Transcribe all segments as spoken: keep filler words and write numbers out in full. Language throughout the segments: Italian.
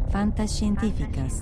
Fantascientificast.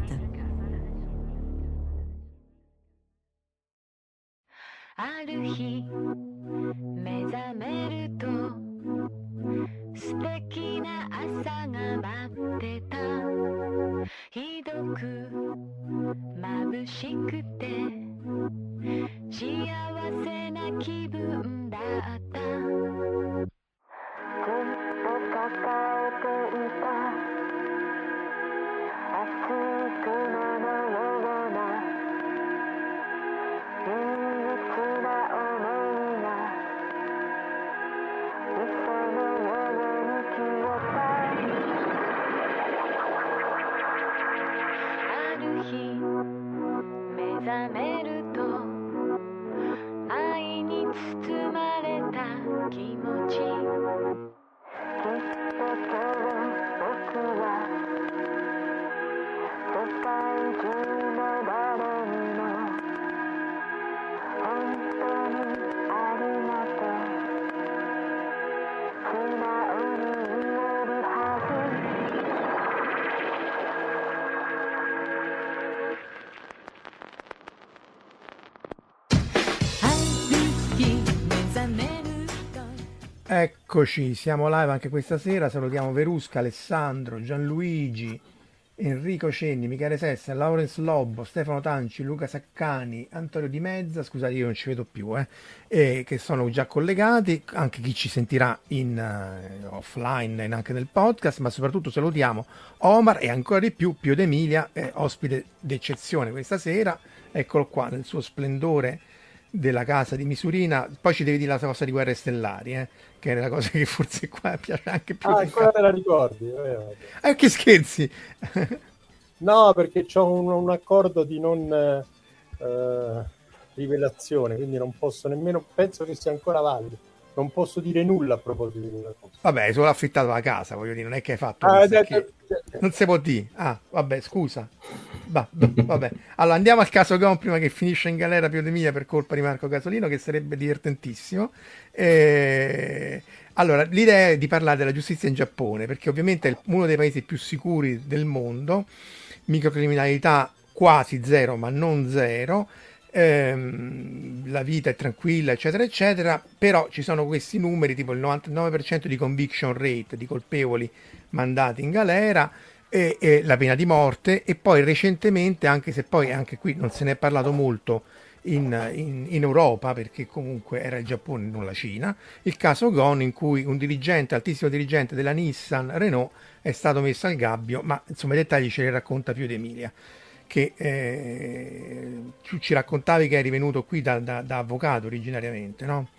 Eccoci, siamo live anche questa sera. Salutiamo Verusca, Alessandro, Gianluigi, Enrico Cenni, Michele Sessa, Laurence Lobbo, Stefano Tanci, Luca Saccani, Antonio Di Mezza, scusate io non ci vedo più, eh, e che sono già collegati, anche chi ci sentirà in uh, offline e anche nel podcast, ma soprattutto salutiamo Omar e ancora di più Pio D'Emilia, eh, ospite d'eccezione questa sera, eccolo qua nel suo splendore della casa di Misurina. Poi ci devi dire la cosa di Guerre Stellari, eh, che è la cosa che forse qua piace anche più. Ah, ancora te la ricordi? Eh, che scherzi! No, perché c'ho un, un accordo di non eh, rivelazione, quindi non posso nemmeno, penso che sia ancora valido, non posso dire nulla a proposito di quella cosa. Vabbè, solo affittato la casa, voglio dire, non è che hai fatto ah, che... eh, eh, non si può dire. Ah, vabbè, scusa. Va, vabbè. Allora andiamo al caso Gon prima che finisce in galera Pio D'Emilia per colpa di Marco Casolino, che sarebbe divertentissimo. E... allora, l'idea è di parlare della giustizia in Giappone, perché ovviamente è uno dei paesi più sicuri del mondo, microcriminalità quasi zero, ma non zero, ehm, la vita è tranquilla, eccetera, eccetera, però ci sono questi numeri, tipo il novantanove per cento di conviction rate, di colpevoli mandati in galera, e, e la pena di morte, e poi recentemente, anche se poi anche qui non se ne è parlato molto in, in, in Europa, perché comunque era il Giappone, non la Cina, il caso Gon, in cui un dirigente, altissimo dirigente della Nissan Renault è stato messo al gabbio, ma insomma i dettagli ce li racconta Pio D'Emilia, che eh, tu ci raccontavi che eri venuto qui da, da, da avvocato originariamente, no?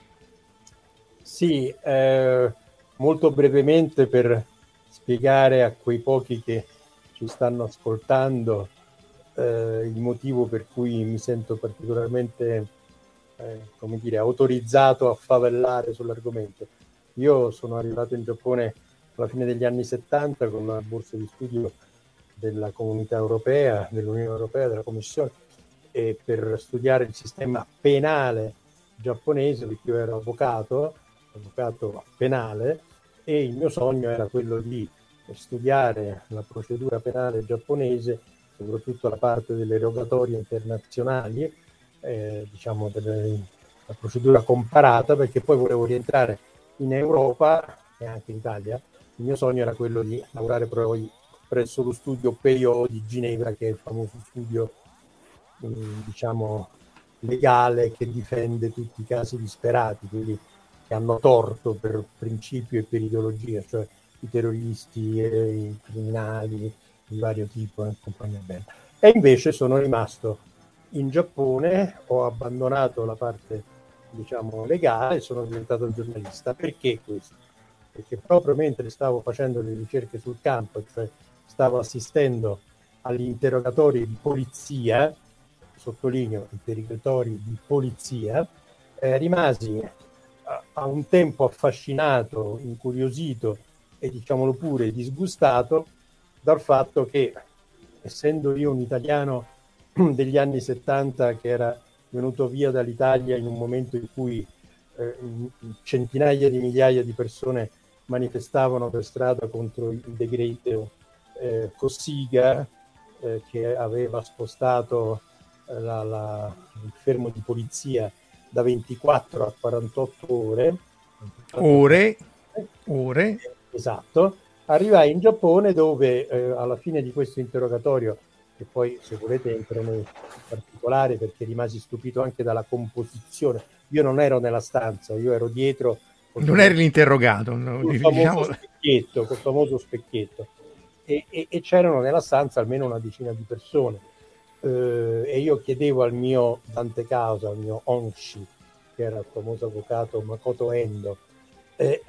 Sì, eh, molto brevemente per spiegare a quei pochi che ci stanno ascoltando eh, il motivo per cui mi sento particolarmente eh, come dire, autorizzato a favellare sull'argomento. Io sono arrivato in Giappone alla fine degli anni settanta con una borsa di studio della Comunità Europea, dell'Unione Europea, della Commissione, e per studiare il sistema penale giapponese, perché io ero avvocato, avvocato penale, e il mio sogno era quello di studiare la procedura penale giapponese, soprattutto la parte delle rogatorie internazionali, eh, diciamo delle, la procedura comparata, perché poi volevo rientrare in Europa e anche in Italia. Il mio sogno era quello di lavorare poi presso lo studio P I O di Ginevra, che è il famoso studio eh, diciamo legale che difende tutti i casi disperati, quelli che hanno torto per principio e per ideologia, cioè i terroristi, eh, i criminali di vario tipo, e compagnia bella. E invece sono rimasto in Giappone, ho abbandonato la parte diciamo legale e sono diventato giornalista. Perché questo? Perché proprio mentre stavo facendo le ricerche sul campo, cioè stavo assistendo agli interrogatori di polizia, sottolineo interrogatori di polizia, eh, rimasi a, a un tempo affascinato, incuriosito e diciamolo pure disgustato dal fatto che, essendo io un italiano degli anni settanta che era venuto via dall'Italia in un momento in cui eh, centinaia di migliaia di persone manifestavano per strada contro il decreto eh, Cossiga, eh, che aveva spostato eh, la, la, il fermo di polizia da ventiquattro a quarantotto ore. Ore, ore. Esatto. Arrivai in Giappone dove eh, alla fine di questo interrogatorio, che poi se volete entro nei particolari perché rimasi stupito anche dalla composizione, io non ero nella stanza, io ero dietro. Non eri l'interrogato, no? Col Diciamo... famoso specchietto, col famoso specchietto. E, e, e c'erano nella stanza almeno una decina di persone. Eh, e io chiedevo al mio dante causa, al mio onshi, che era il famoso avvocato Makoto Endo, eh,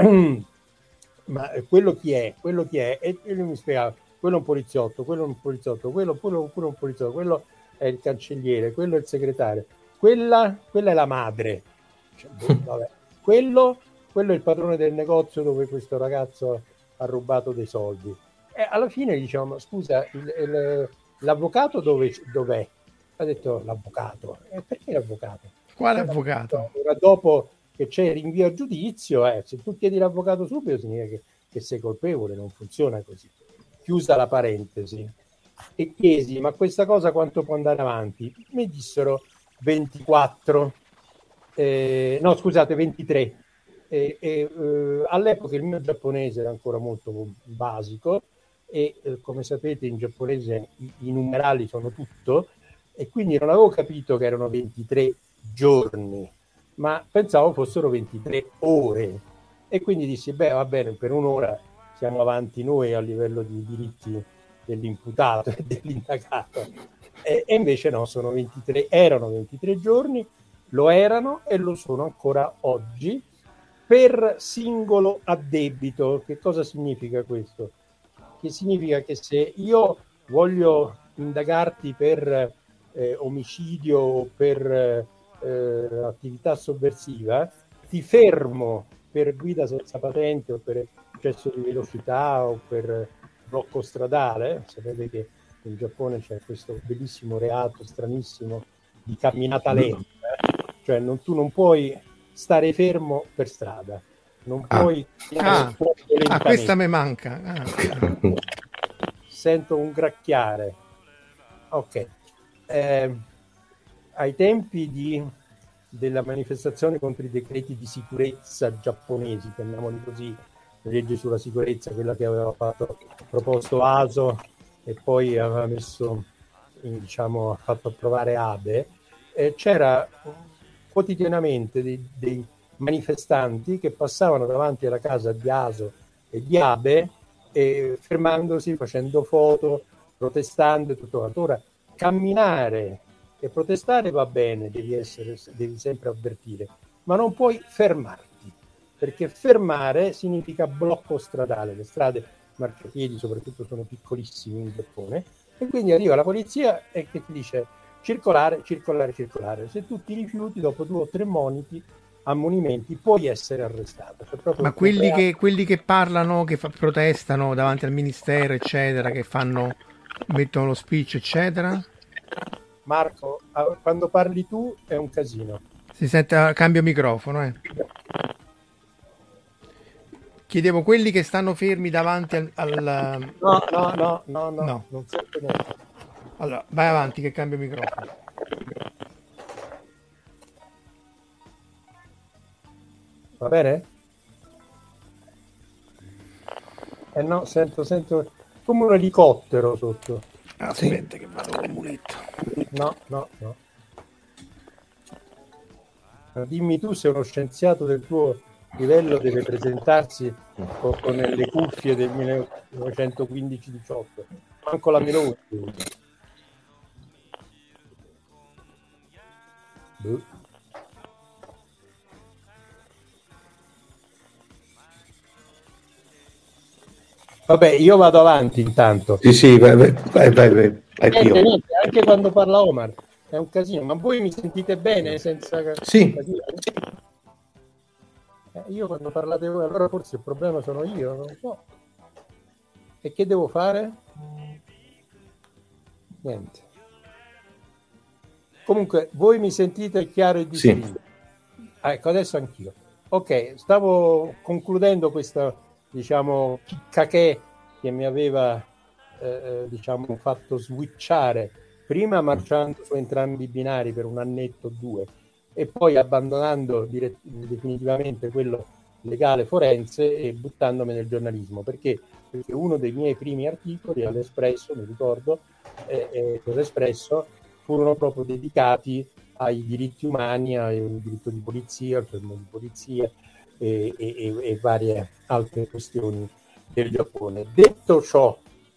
ma quello chi è? Quello chi è? E lui mi spiegava, quello è un poliziotto, quello è un poliziotto, quello pure, pure un poliziotto, quello è il cancelliere, quello è il segretario, quella, quella è la madre, cioè, vabbè. quello, quello è il padrone del negozio dove questo ragazzo ha rubato dei soldi. E alla fine diciamo, scusa, il, il, l'avvocato dove, dov'è? Ha detto l'avvocato. E perché l'avvocato? Quale cioè, avvocato? Ora dopo che c'è il rinvio a giudizio, eh, se tu chiedi l'avvocato subito significa che, che sei colpevole, non funziona così. Chiusa la parentesi. E chiesi, ma questa cosa quanto può andare avanti? Mi dissero ventiquattro, eh, no scusate, ventitré. E, e, eh, all'epoca il mio giapponese era ancora molto basico e eh, come sapete in giapponese i, i numerali sono tutto e quindi non avevo capito che erano ventitré giorni, ma pensavo fossero ventitré ore e quindi dissi beh va bene, per un'ora siamo avanti noi a livello di diritti dell'imputato e dell'indagato e, e invece no, sono ventitré, erano ventitré giorni, lo erano e lo sono ancora oggi per singolo addebito. Che cosa significa questo? Che significa che se io voglio indagarti per eh, omicidio o per eh, attività sovversiva, ti fermo per guida senza patente o per eccesso di velocità o per blocco stradale. Sapete che in Giappone c'è questo bellissimo reato stranissimo di camminata lenta, cioè non, tu non puoi stare fermo per strada, non puoi ah, ah questa mi manca ah. Sento un gracchiare, ok. Eh, ai tempi di, della manifestazione contro i decreti di sicurezza giapponesi, chiamiamoli così, la legge sulla sicurezza, quella che aveva fatto proposto Aso e poi aveva messo diciamo ha fatto approvare Abe, eh, c'era quotidianamente dei, dei manifestanti che passavano davanti alla casa di Aso e di Abe e fermandosi, facendo foto, protestando e tutto quanto. Ora, camminare e protestare va bene, devi essere, devi sempre avvertire, ma non puoi fermarti, perché fermare significa blocco stradale. Le strade marciapiedi soprattutto sono piccolissime in Giappone e quindi arriva la polizia e che ti dice circolare, circolare, circolare. Se tu ti rifiuti dopo due o tre moniti, ammonimenti, puoi essere arrestato. Ma quelli che, quelli che parlano, che fa, protestano davanti al ministero, eccetera, che fanno, mettono lo speech, eccetera. Marco, quando parli tu è un casino. Si sente, cambio microfono, eh. Chiedevo quelli che stanno fermi davanti al... al... No, no, no, no, no, no. non sento niente. Allora, vai avanti che cambio microfono. Va bene? Eh no, sento, sento come un elicottero sotto. Aspetta sì. Che vado con il muletto. No, no, no. Dimmi tu se uno scienziato del tuo livello deve presentarsi con, con le cuffie del millenovecentoquindici diciotto. Manco la Meloni. Boh. Vabbè, io vado avanti intanto. Sì, sì, vai, vai, vai, vai, vai. Niente, niente, anche quando parla Omar è un casino, ma voi mi sentite bene senza sì. Eh, io quando parlate voi, allora forse il problema sono io, non so. E che devo fare? Niente. Comunque, voi mi sentite chiaro e distinto? Sì. Ah, ecco, adesso anch'io. Ok, stavo concludendo questa, diciamo, chicca che mi aveva eh, diciamo fatto switchare, prima marciando su entrambi i binari per un annetto o due e poi abbandonando dire- definitivamente quello legale forense e buttandomi nel giornalismo. Perché? Perché uno dei miei primi articoli all'Espresso, mi ricordo, eh, eh, all'Espresso, furono proprio dedicati ai diritti umani, al diritto di polizia, al fermo di polizia e, e, e varie altre questioni del Giappone. Detto ciò,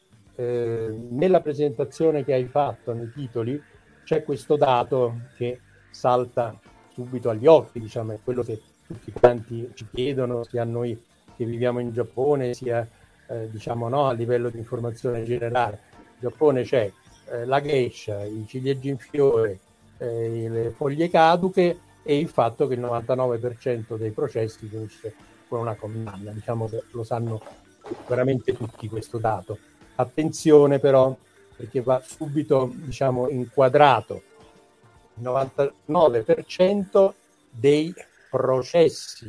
eh, nella presentazione che hai fatto nei titoli c'è questo dato che salta subito agli occhi, diciamo, è quello che tutti quanti ci chiedono, sia noi che viviamo in Giappone, sia eh, diciamo no, a livello di informazione generale. In Giappone c'è eh, la geisha, i ciliegi in fiore, eh, le foglie caduche e il fatto che il novantanove per cento dei processi finisce con una condanna. Diciamo che lo sanno veramente tutti questo dato. Attenzione però, perché va subito diciamo inquadrato. Il novantanove per cento dei processi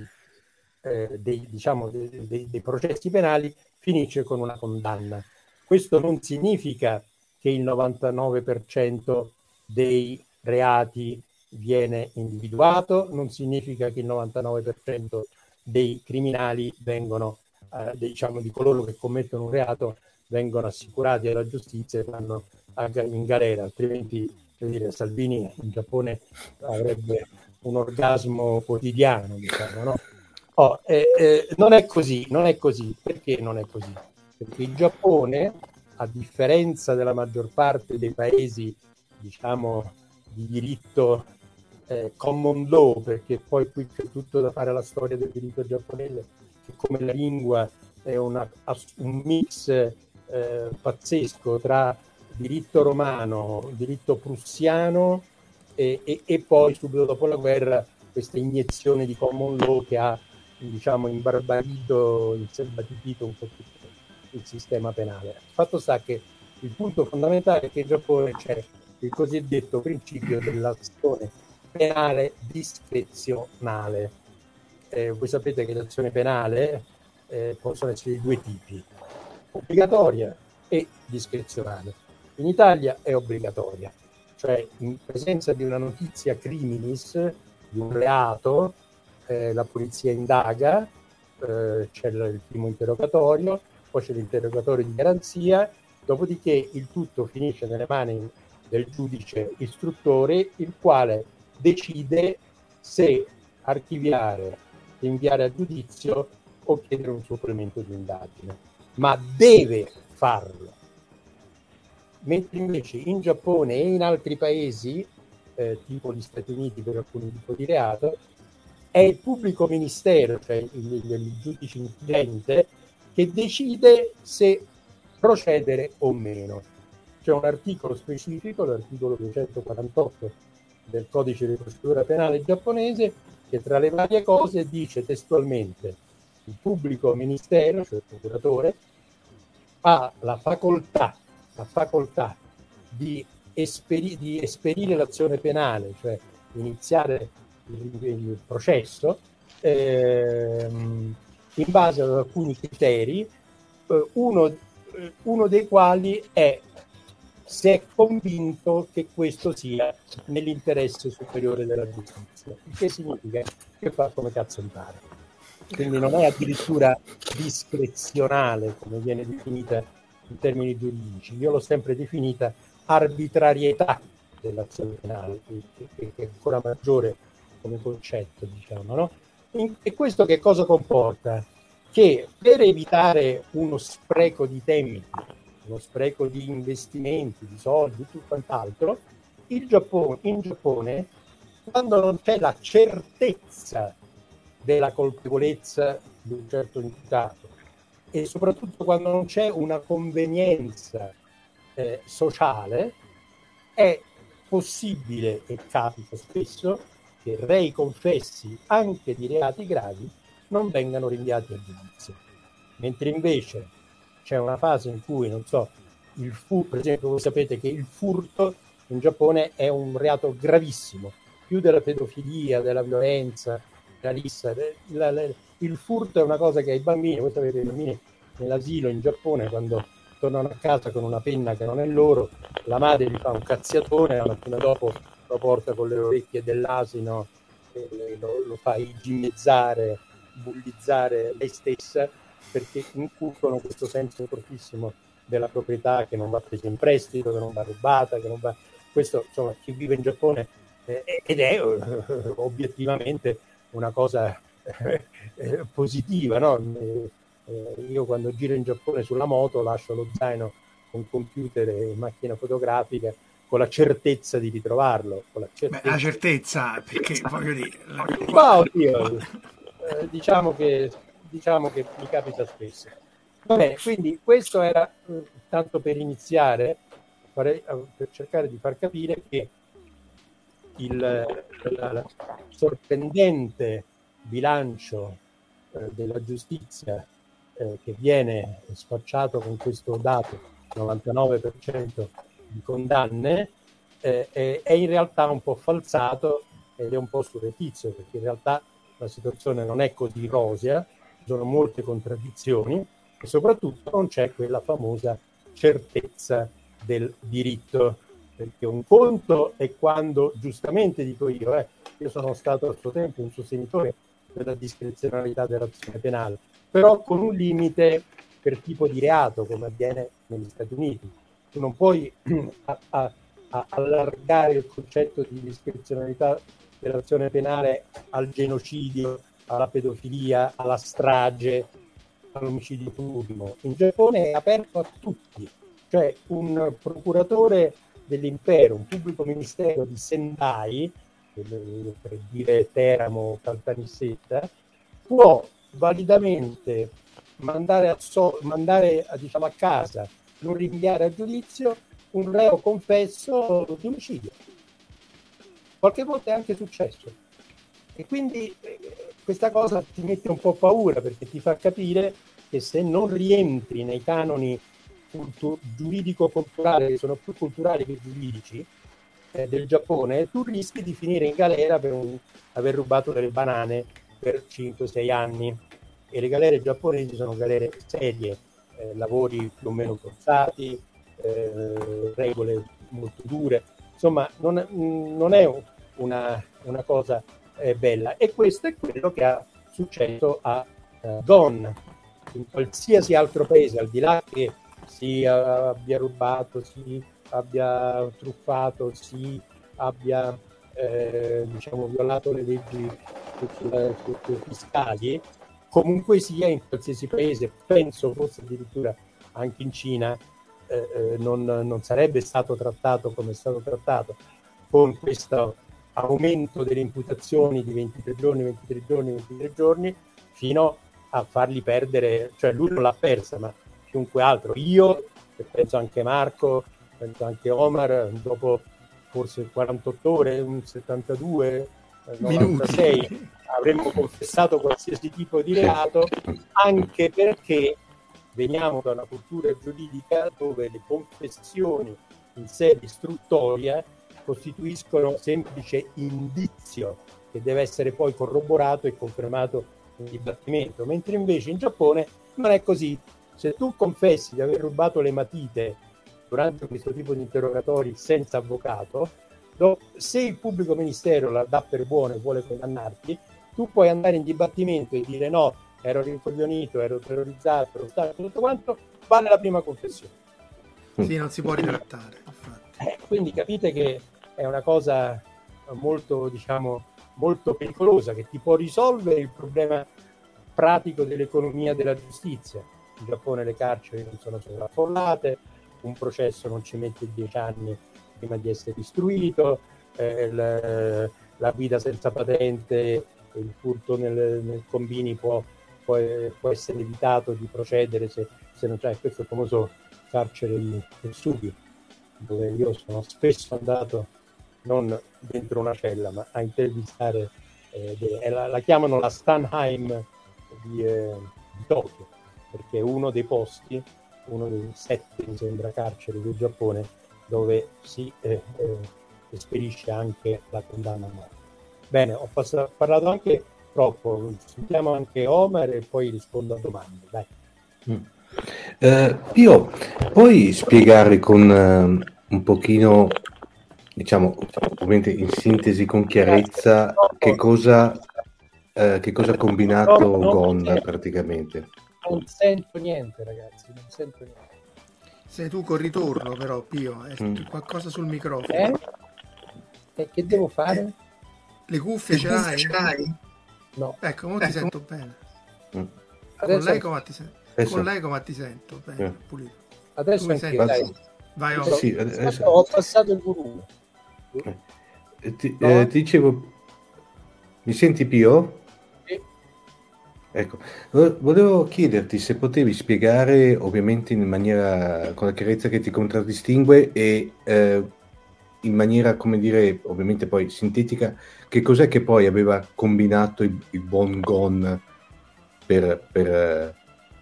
eh, dei, diciamo, dei, dei, dei processi penali finisce con una condanna. Questo non significa che il novantanove per cento dei reati viene individuato, non significa che il novantanove per cento dei criminali vengono, eh, diciamo, di coloro che commettono un reato vengono assicurati alla giustizia e vanno in galera, altrimenti dire, Salvini in Giappone avrebbe un orgasmo quotidiano, diciamo, no? Oh, eh, eh, non è così, non è così. Perché non è così? Perché il Giappone, a differenza della maggior parte dei paesi, diciamo, di diritto eh, common law, perché poi qui c'è tutto da fare alla storia del diritto giapponese, che come la lingua è una, un mix eh, pazzesco tra diritto romano, diritto prussiano e, e, e poi subito dopo la guerra questa iniezione di common law che ha diciamo imbarbarito, inselvatito un po' tutto il sistema penale. Fatto sta che il punto fondamentale è che in Giappone c'è il cosiddetto principio dell'azione penale discrezionale. Eh, voi sapete che l'azione penale eh, possono essere di due tipi, obbligatoria e discrezionale. In Italia è obbligatoria, cioè in presenza di una notizia criminis, di un reato, eh, la polizia indaga, eh, c'è il primo interrogatorio, poi c'è l'interrogatorio di garanzia, dopodiché il tutto finisce nelle mani del giudice istruttore, il quale decide se archiviare, inviare a giudizio o chiedere un supplemento di indagine, ma deve farlo. Mentre invece in Giappone e in altri paesi, eh, tipo gli Stati Uniti per alcuni tipi di reato, è il pubblico ministero, cioè il, il, il giudice inquirente, che decide se procedere o meno. C'è un articolo specifico, l'articolo duecentoquarantotto del codice di procedura penale giapponese, che tra le varie cose dice testualmente: il pubblico ministero, cioè il procuratore, ha la facoltà, la facoltà di, esperi- di esperire l'azione penale, cioè iniziare il, il processo, ehm, in base ad alcuni criteri, eh, uno, uno dei quali è se è convinto che questo sia nell'interesse superiore della giustizia, il che significa che fa come cazzo mi pare. Quindi non è addirittura discrezionale come viene definita in termini giuridici, io l'ho sempre definita arbitrarietà dell'azione penale, che, che, che è ancora maggiore come concetto, diciamo, no? E questo che cosa comporta? Che per evitare uno spreco di tempi, uno spreco di investimenti, di soldi, tutto quant'altro, il Giappone, in Giappone, quando non c'è la certezza della colpevolezza di un certo imputato e soprattutto quando non c'è una convenienza eh, sociale, è possibile, e capita spesso, che rei confessi anche di reati gravi non vengano rinviati a giudizio. Mentre invece c'è una fase in cui, non so, il furto, per esempio voi sapete che il furto in Giappone è un reato gravissimo, più della pedofilia, della violenza, della rissa. Il furto è una cosa che ai bambini, voi sapete, i bambini nell'asilo in Giappone, quando tornano a casa con una penna che non è loro, la madre gli fa un cazziatone, la mattina dopo lo porta con le orecchie dell'asino e lo, lo fa iginizzare, bullizzare lei stessa, perché inculcano questo senso fortissimo della proprietà, che non va presa in prestito, che non va rubata, che non va... Questo, insomma, chi vive in Giappone eh, ed è eh, obiettivamente una cosa eh, eh, positiva, no? Eh, eh, io quando giro in Giappone sulla moto lascio lo zaino con computer e macchina fotografica con la certezza di ritrovarlo. Con la certezza, Beh, la certezza, perché voglio dire... La... Ma oddio, eh, diciamo che diciamo che mi capita spesso. Vabbè, quindi questo era eh, tanto per iniziare, farei, per cercare di far capire che il la, la sorprendente bilancio eh, della giustizia eh, che viene sfacciato con questo dato novantanove per cento di condanne eh, è, è in realtà un po' falsato ed è un po' surrettizio, perché in realtà la situazione non è così rosea, ci sono molte contraddizioni e soprattutto non c'è quella famosa certezza del diritto, perché un conto è quando, giustamente dico io, eh, io sono stato a suo tempo un sostenitore della discrezionalità dell'azione penale, però con un limite per tipo di reato, come avviene negli Stati Uniti. Tu non puoi a, a, a allargare il concetto di discrezionalità dell'azione penale al genocidio, alla pedofilia, alla strage, all'omicidio plurimo. In Giappone è aperto a tutti, cioè un procuratore dell'impero, un pubblico ministero di Sendai, per dire Teramo, Caltanissetta, può validamente mandare a, so, mandare a, diciamo, a casa, non rinviare a giudizio un reo confesso di omicidio. Qualche volta è anche successo. E quindi eh, questa cosa ti mette un po' paura, perché ti fa capire che se non rientri nei canoni cultu- giuridico-culturali, che sono più culturali che giuridici, eh, del Giappone, tu rischi di finire in galera per un, aver rubato delle banane per cinque sei anni. E le galere giapponesi sono galere serie, eh, lavori più o meno forzati, eh, regole molto dure. Insomma, non, non è una, una cosa eh, bella. E questo è quello che ha successo a eh, Gon. In qualsiasi altro paese, al di là che si abbia rubato, si abbia truffato, si abbia eh, diciamo violato le leggi fiscali, comunque sia in qualsiasi paese, penso forse addirittura anche in Cina, eh, eh, non, non sarebbe stato trattato come è stato trattato, con questo aumento delle imputazioni di ventitré giorni, ventitré giorni, ventitré giorni, fino a fargli perdere, cioè lui non l'ha persa, ma chiunque altro. Io, e penso anche Marco, penso anche Omar, dopo forse quarantotto ore, un settantadue, novantasei, minuti, avremmo confessato qualsiasi tipo di reato, anche perché veniamo da una cultura giuridica dove le confessioni in sede istruttoria costituiscono semplice indizio che deve essere poi corroborato e confermato in dibattimento, mentre invece in Giappone non è così. Se tu confessi di aver rubato le matite durante questo tipo di interrogatori senza avvocato, se il pubblico ministero la dà per buona e vuole condannarti, tu puoi andare in dibattimento e dire no, ero rincoglionito, ero terrorizzato, ero stato, tutto quanto, vale la prima confessione. Sì, non si può ritrattare. Eh, quindi capite che è una cosa molto, diciamo, molto pericolosa, che ti può risolvere il problema pratico dell'economia della giustizia. In Giappone le carceri non sono sovraffollate, un processo non ci mette dieci anni prima di essere istruito, eh, la, la guida senza patente, il furto nel, nel combini può, può, può essere evitato di procedere se, se non c'è questo famoso carcere di Vesuvi, dove io sono spesso andato, non dentro una cella, ma a intervistare, eh, de, la, la chiamano la Stanheim di, eh, di Tokyo, perché è uno dei posti, uno dei sette, mi sembra, carceri del Giappone dove si eh, eh, esperisce anche la condanna a morte. Bene, ho passato, parlato anche troppo, sentiamo anche Omar e poi rispondo a domande. Dai. Mm. Eh, Pio, puoi spiegare con eh, un pochino, diciamo, ovviamente in sintesi, con chiarezza, che cosa, eh, che cosa ha combinato No, no, Gon no. praticamente? Non sento niente, ragazzi, non sento niente. Sei tu col ritorno, però, Pio, è Mm. qualcosa sul microfono. Eh? E che devo fare? Le cuffie ce l'hai? No. Ecco, ora ti sento bene. Mm. Con Adesso, l'eco, ma ti sento. Adesso. Con l'eco, ma ti sento bene, Eh. pulito. adesso Tu mi anche, senti? dai. Vai, Ho- Oscar. Sì, adesso- Ho passato il volume. Eh, Ti, No? eh, ti dicevo, mi senti Pio? Sì. Ecco, vo- volevo chiederti se potevi spiegare, ovviamente in maniera con la chiarezza che ti contraddistingue e eh, in maniera, come dire, ovviamente poi sintetica, che cos'è che poi aveva combinato il, il buon Gon per, per, eh,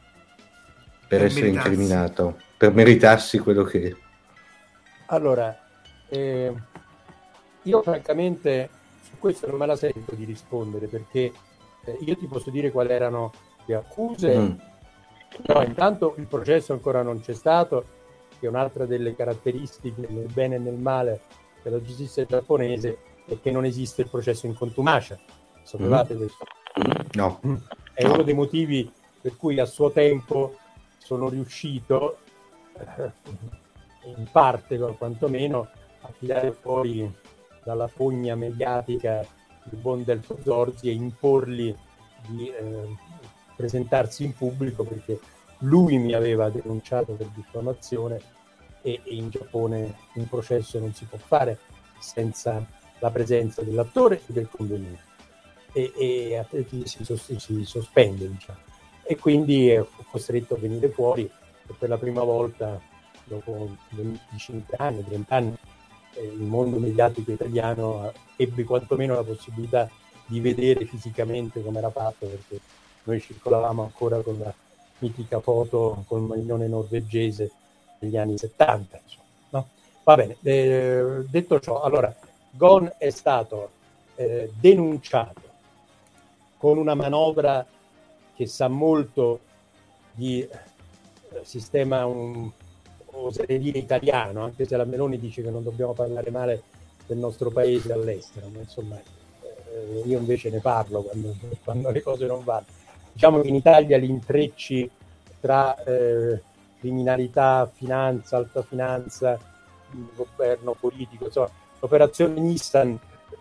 per Per essere meritarsi. incriminato, per meritarsi quello che... Allora, eh, io francamente su questo non me la sento di rispondere, perché eh, io ti posso dire quali erano le accuse. Mm. No, intanto il processo ancora non c'è stato, che è un'altra delle caratteristiche nel bene e nel male della giustizia giapponese, è che non esiste il processo in contumacia. Sapevate questo? No. È No. uno dei motivi per cui a suo tempo sono riuscito, eh, in parte quantomeno, a tirare fuori dalla fogna mediatica il buon Delfo Zorzi e imporgli di eh, presentarsi in pubblico, perché lui mi aveva denunciato per diffamazione e, e in Giappone un processo non si può fare senza la presenza dell'attore e del convenuto, e, e, e si, sos- si sospende, diciamo. E quindi è costretto a venire fuori, e per la prima volta dopo venticinque anni, trenta anni, eh, il mondo mediatico italiano ebbe quantomeno la possibilità di vedere fisicamente come era fatto, perché noi circolavamo ancora con la mitica foto col maglione norvegese degli anni settanta, insomma, no? Va bene, eh, detto ciò, allora Gon è stato eh, denunciato con una manovra che sa molto di eh, sistema, un, oserei dire, italiano, anche se la Meloni dice che non dobbiamo parlare male del nostro paese all'estero, ma insomma eh, io invece ne parlo quando, quando le cose non vanno. Diciamo che in Italia gli intrecci tra eh, criminalità, finanza, alta finanza, governo politico, insomma, l'operazione Nissan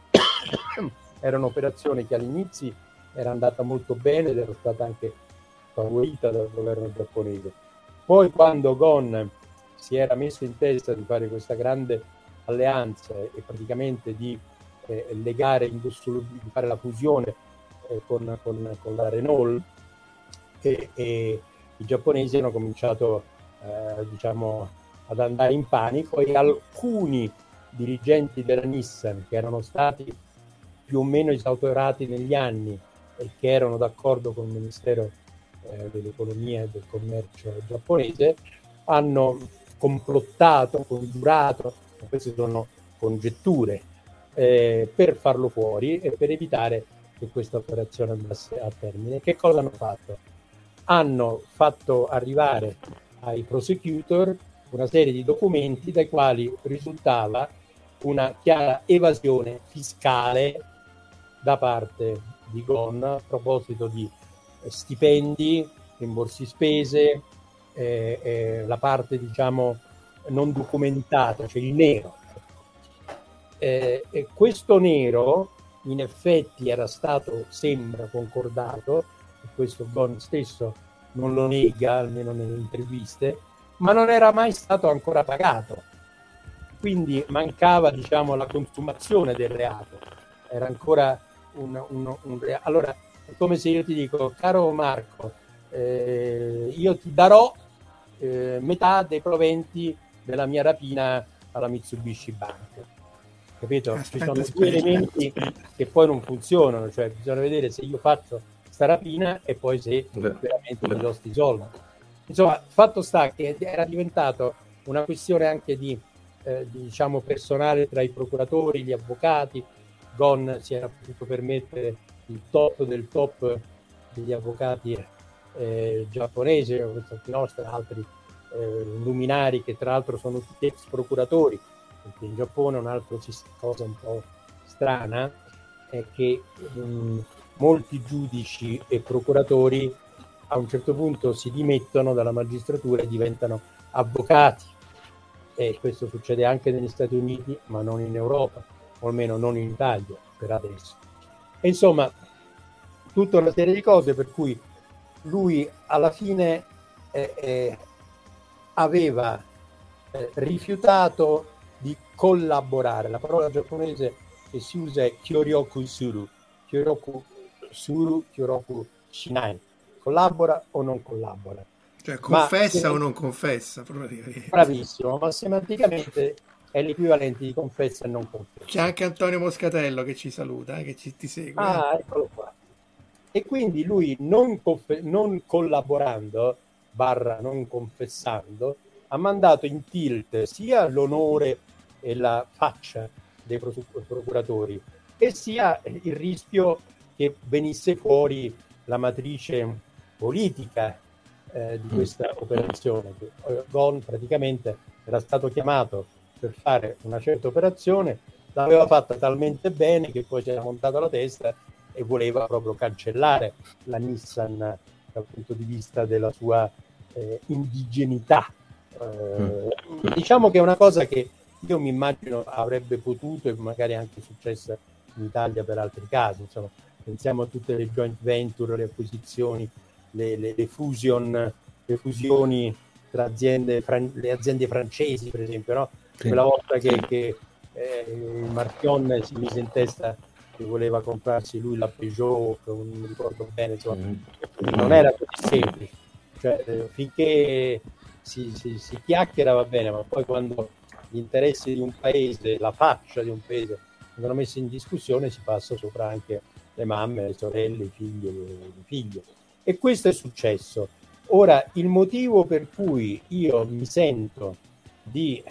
era un'operazione che all'inizio era andata molto bene ed era stata anche favorita dal governo giapponese. Poi quando Gon si era messo in testa di fare questa grande alleanza e praticamente di eh, legare, di fare la fusione eh, con, con, con la Renault, e, e i giapponesi hanno cominciato eh, diciamo ad andare in panico, e alcuni dirigenti della Nissan, che erano stati più o meno esautorati negli anni e che erano d'accordo con il Ministero eh, dell'Economia e del Commercio giapponese, hanno complottato, congiurato, queste sono congetture, eh, per farlo fuori e per evitare che questa operazione andasse a termine. Che cosa hanno fatto? Hanno fatto arrivare ai prosecutor una serie di documenti dai quali risultava una chiara evasione fiscale da parte di Gon a proposito di stipendi, rimborsi spese, eh, eh, la parte diciamo non documentata, cioè il nero. Eh, e questo nero in effetti era stato, sembra, concordato, e questo Gon stesso non lo nega, almeno nelle interviste, ma non era mai stato ancora pagato. Quindi mancava, diciamo, la consumazione del reato. Era ancora un, un, un reato. Allora, è come se io ti dico, caro Marco, eh, io ti darò eh, metà dei proventi della mia rapina alla Mitsubishi Bank. Capito? Aspetta, Ci sono aspetta, due elementi aspetta. che poi non funzionano, cioè bisogna vedere se io faccio sta rapina e poi se veramente mi do sti soldi. Insomma, fatto sta che era diventato una questione anche di, eh, di diciamo personale tra i procuratori, gli avvocati. Gon si era potuto permettere il top del top degli avvocati eh, giapponese, nostra, altri eh, luminari che tra l'altro sono tutti ex procuratori, perché in Giappone un'altra cosa un po' strana è che mh, molti giudici e procuratori a un certo punto si dimettono dalla magistratura e diventano avvocati, e questo succede anche negli Stati Uniti ma non in Europa, o almeno non in Italia per adesso. E insomma tutta una serie di cose per cui lui alla fine eh, eh, aveva eh, rifiutato di collaborare. La parola giapponese che si usa è Kyoryoku Suru, Kyoryoku Suru, Kyoryoku Shinai, collabora o non collabora. Cioè confessa ma, o non confessa. Bravissimo, ma semanticamente è l'equivalente di confessa e non confessa. C'è anche Antonio Moscatello che ci saluta, eh, che ci, ti segue. Ah, eccolo qua. E quindi lui non, conf- non collaborando, barra non confessando, ha mandato in tilt sia l'onore e la faccia dei procuratori e sia il rischio che venisse fuori la matrice politica eh, di questa operazione. Gon praticamente era stato chiamato per fare una certa operazione, l'aveva fatta talmente bene che poi si era montata la testa e voleva proprio cancellare la Nissan dal punto di vista della sua eh, indigenità. Eh, mm. Diciamo che è una cosa che io mi immagino avrebbe potuto e magari anche successa in Italia per altri casi. Insomma, pensiamo a tutte le joint venture, le acquisizioni, le, le, le fusion, le fusioni tra aziende, fran- le aziende francesi, per esempio, no? Sì. Quella volta che, che eh, il Marchionne si mise in testa che voleva comprarsi lui la Peugeot, non mi ricordo bene, insomma, mm. non era così semplice. Cioè, eh, finché si, si, si chiacchiera va bene, ma poi quando gli interessi di un paese, la faccia di un paese vengono messi in discussione, si passa sopra anche le mamme, le sorelle, i figli e le figlie. E questo è successo. Ora, il motivo per cui io mi sento di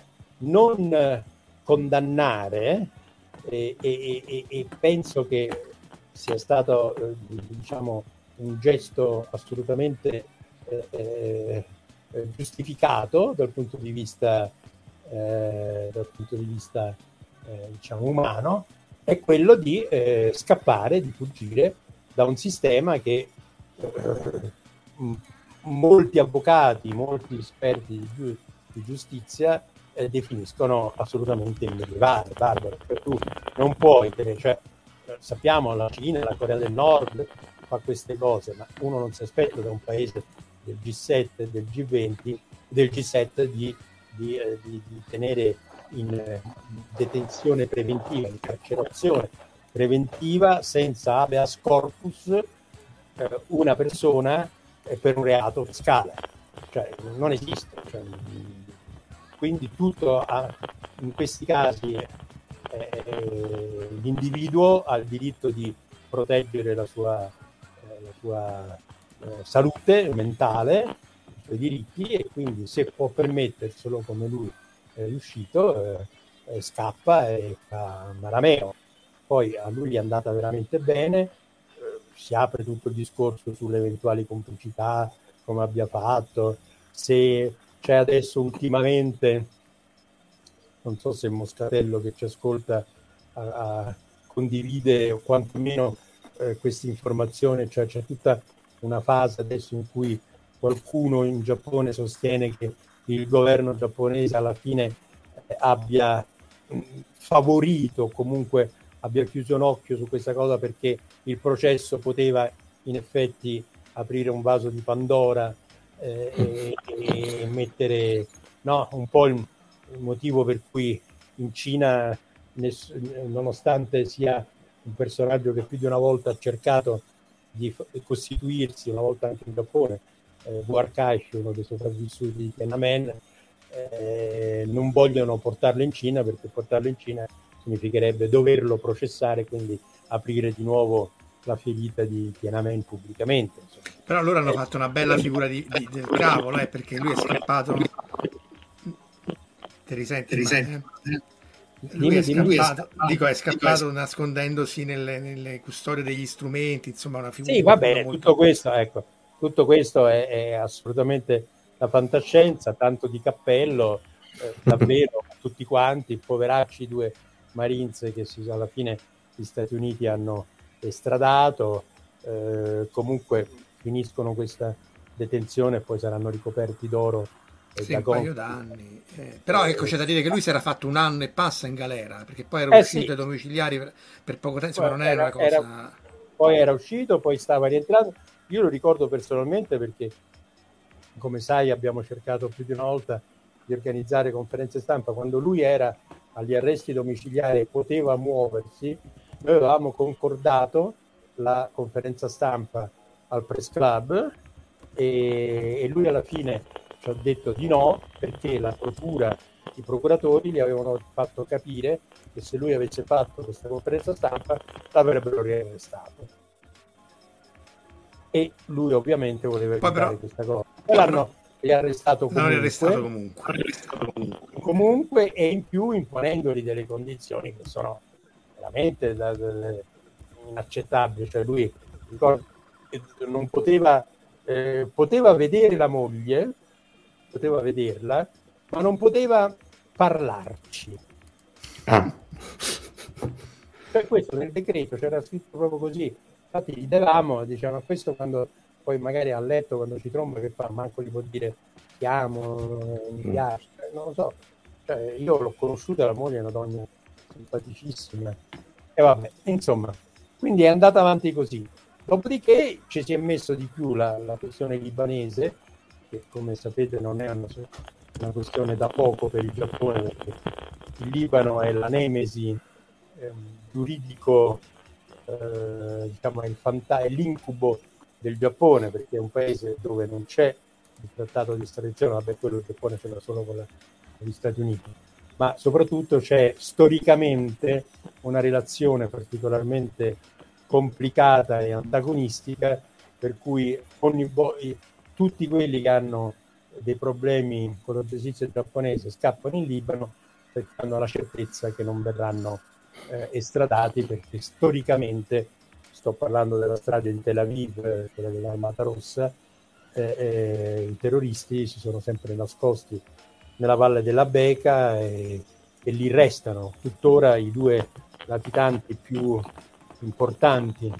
non condannare e, e, e, e penso che sia stato eh, diciamo un gesto assolutamente eh, eh, giustificato dal punto di vista eh, dal punto di vista eh, diciamo umano, è quello di eh, scappare, di fuggire da un sistema che eh, molti avvocati, molti esperti di, giu- di giustizia eh, definiscono assolutamente immedievale, barbaro. Cioè, tu non puoi, cioè, sappiamo la Cina, la Corea del Nord fa queste cose, ma uno non si aspetta da un paese del G sette, del G venti, del G sette di, di, eh, di, di tenere in eh, detenzione preventiva, in carcerazione preventiva senza habeas corpus eh, una persona eh, per un reato fiscale, cioè non esiste. Cioè, quindi tutto ha, in questi casi eh, l'individuo ha il diritto di proteggere la sua, eh, la sua eh, salute mentale, i suoi diritti, e quindi se può permetterselo come lui è riuscito, eh, scappa e fa marameo. Poi a lui è andata veramente bene, eh, si apre tutto il discorso sulle eventuali complicità, come abbia fatto, se c'è adesso ultimamente, non so se il Moscatello che ci ascolta a, a, condivide o quantomeno eh, questa informazione, cioè c'è tutta una fase adesso in cui qualcuno in Giappone sostiene che il governo giapponese alla fine eh, abbia mh, favorito, comunque abbia chiuso un occhio su questa cosa perché il processo poteva in effetti aprire un vaso di Pandora eh, e, e mettere no, un po' il, il motivo per cui in Cina, ness- nonostante sia un personaggio che più di una volta ha cercato di f- costituirsi, una volta anche in Giappone, eh, Buarkashi, uno dei sopravvissuti di Tiananmen, eh, non vogliono portarlo in Cina perché portarlo in Cina significherebbe doverlo processare, quindi aprire di nuovo la ferita di Tiananmen pubblicamente. Insomma. Però loro hanno eh, fatto una bella figura di, di, del cavolo, eh, perché lui è scappato. Ti risenti? Ti risenti? Eh? Lui, è scappato, lui è scappato, dico, è scappato dico, nascondendosi nelle, nelle custodie degli strumenti, insomma una figura. Sì, va bene, molto... tutto questo, ecco. tutto questo è, è assolutamente la fantascienza, tanto di cappello, eh, davvero a tutti quanti, poveracci due Marines che si, alla fine gli Stati Uniti hanno estradato, eh, comunque finiscono questa detenzione e poi saranno ricoperti d'oro. Sì, un paio d'anni. Eh, però ecco, c'è da dire che lui si era fatto un anno e passa in galera, perché poi era eh uscito sì. dai domiciliari per, per poco tempo, ma non era, era una cosa... Era, poi era uscito, poi stava rientrando. Io lo ricordo personalmente perché, come sai, abbiamo cercato più di una volta di organizzare conferenze stampa. Quando lui era agli arresti domiciliari e poteva muoversi, noi avevamo concordato la conferenza stampa al Press Club e, e lui alla fine ci ha detto di no, perché la procura, i procuratori gli avevano fatto capire che se lui avesse fatto questa conferenza stampa l'avrebbero riarrestato, e lui ovviamente voleva evitare però, questa cosa. Poi l'hanno riarrestato comunque, riarrestato comunque. comunque e in più imponendogli delle condizioni che sono veramente da, da, inaccettabili. Cioè lui ricordo, non poteva eh, poteva vedere la moglie, poteva vederla, ma non poteva parlarci. Ah. Cioè questo nel decreto c'era scritto proprio così. Infatti gli davamo, diciamo, questo quando poi magari a letto, quando ci tromba, che fa? Manco gli può dire ti amo, mi piace, non lo so. Cioè, io l'ho conosciuta, la moglie è una donna simpaticissima. E vabbè, insomma, quindi è andata avanti così. Dopodiché ci si è messo di più la, la questione libanese, che come sapete non è una, una questione da poco per il Giappone, perché il Libano è la nemesi eh, giuridico, eh, diciamo, è, il fanta- è l'incubo del Giappone, perché è un paese dove non c'è il trattato di estradizione, vabbè, quello il Giappone ce l'ha solo con, la, con gli Stati Uniti, ma soprattutto c'è storicamente una relazione particolarmente complicata e antagonistica, per cui ogni tutti quelli che hanno dei problemi con la giustizia giapponese scappano in Libano perché hanno la certezza che non verranno eh, estradati, perché storicamente, sto parlando della strage di Tel Aviv, eh, quella dell'Armata Rossa, eh, eh, i terroristi si sono sempre nascosti nella valle della Beca e, e lì restano tuttora i due latitanti più importanti.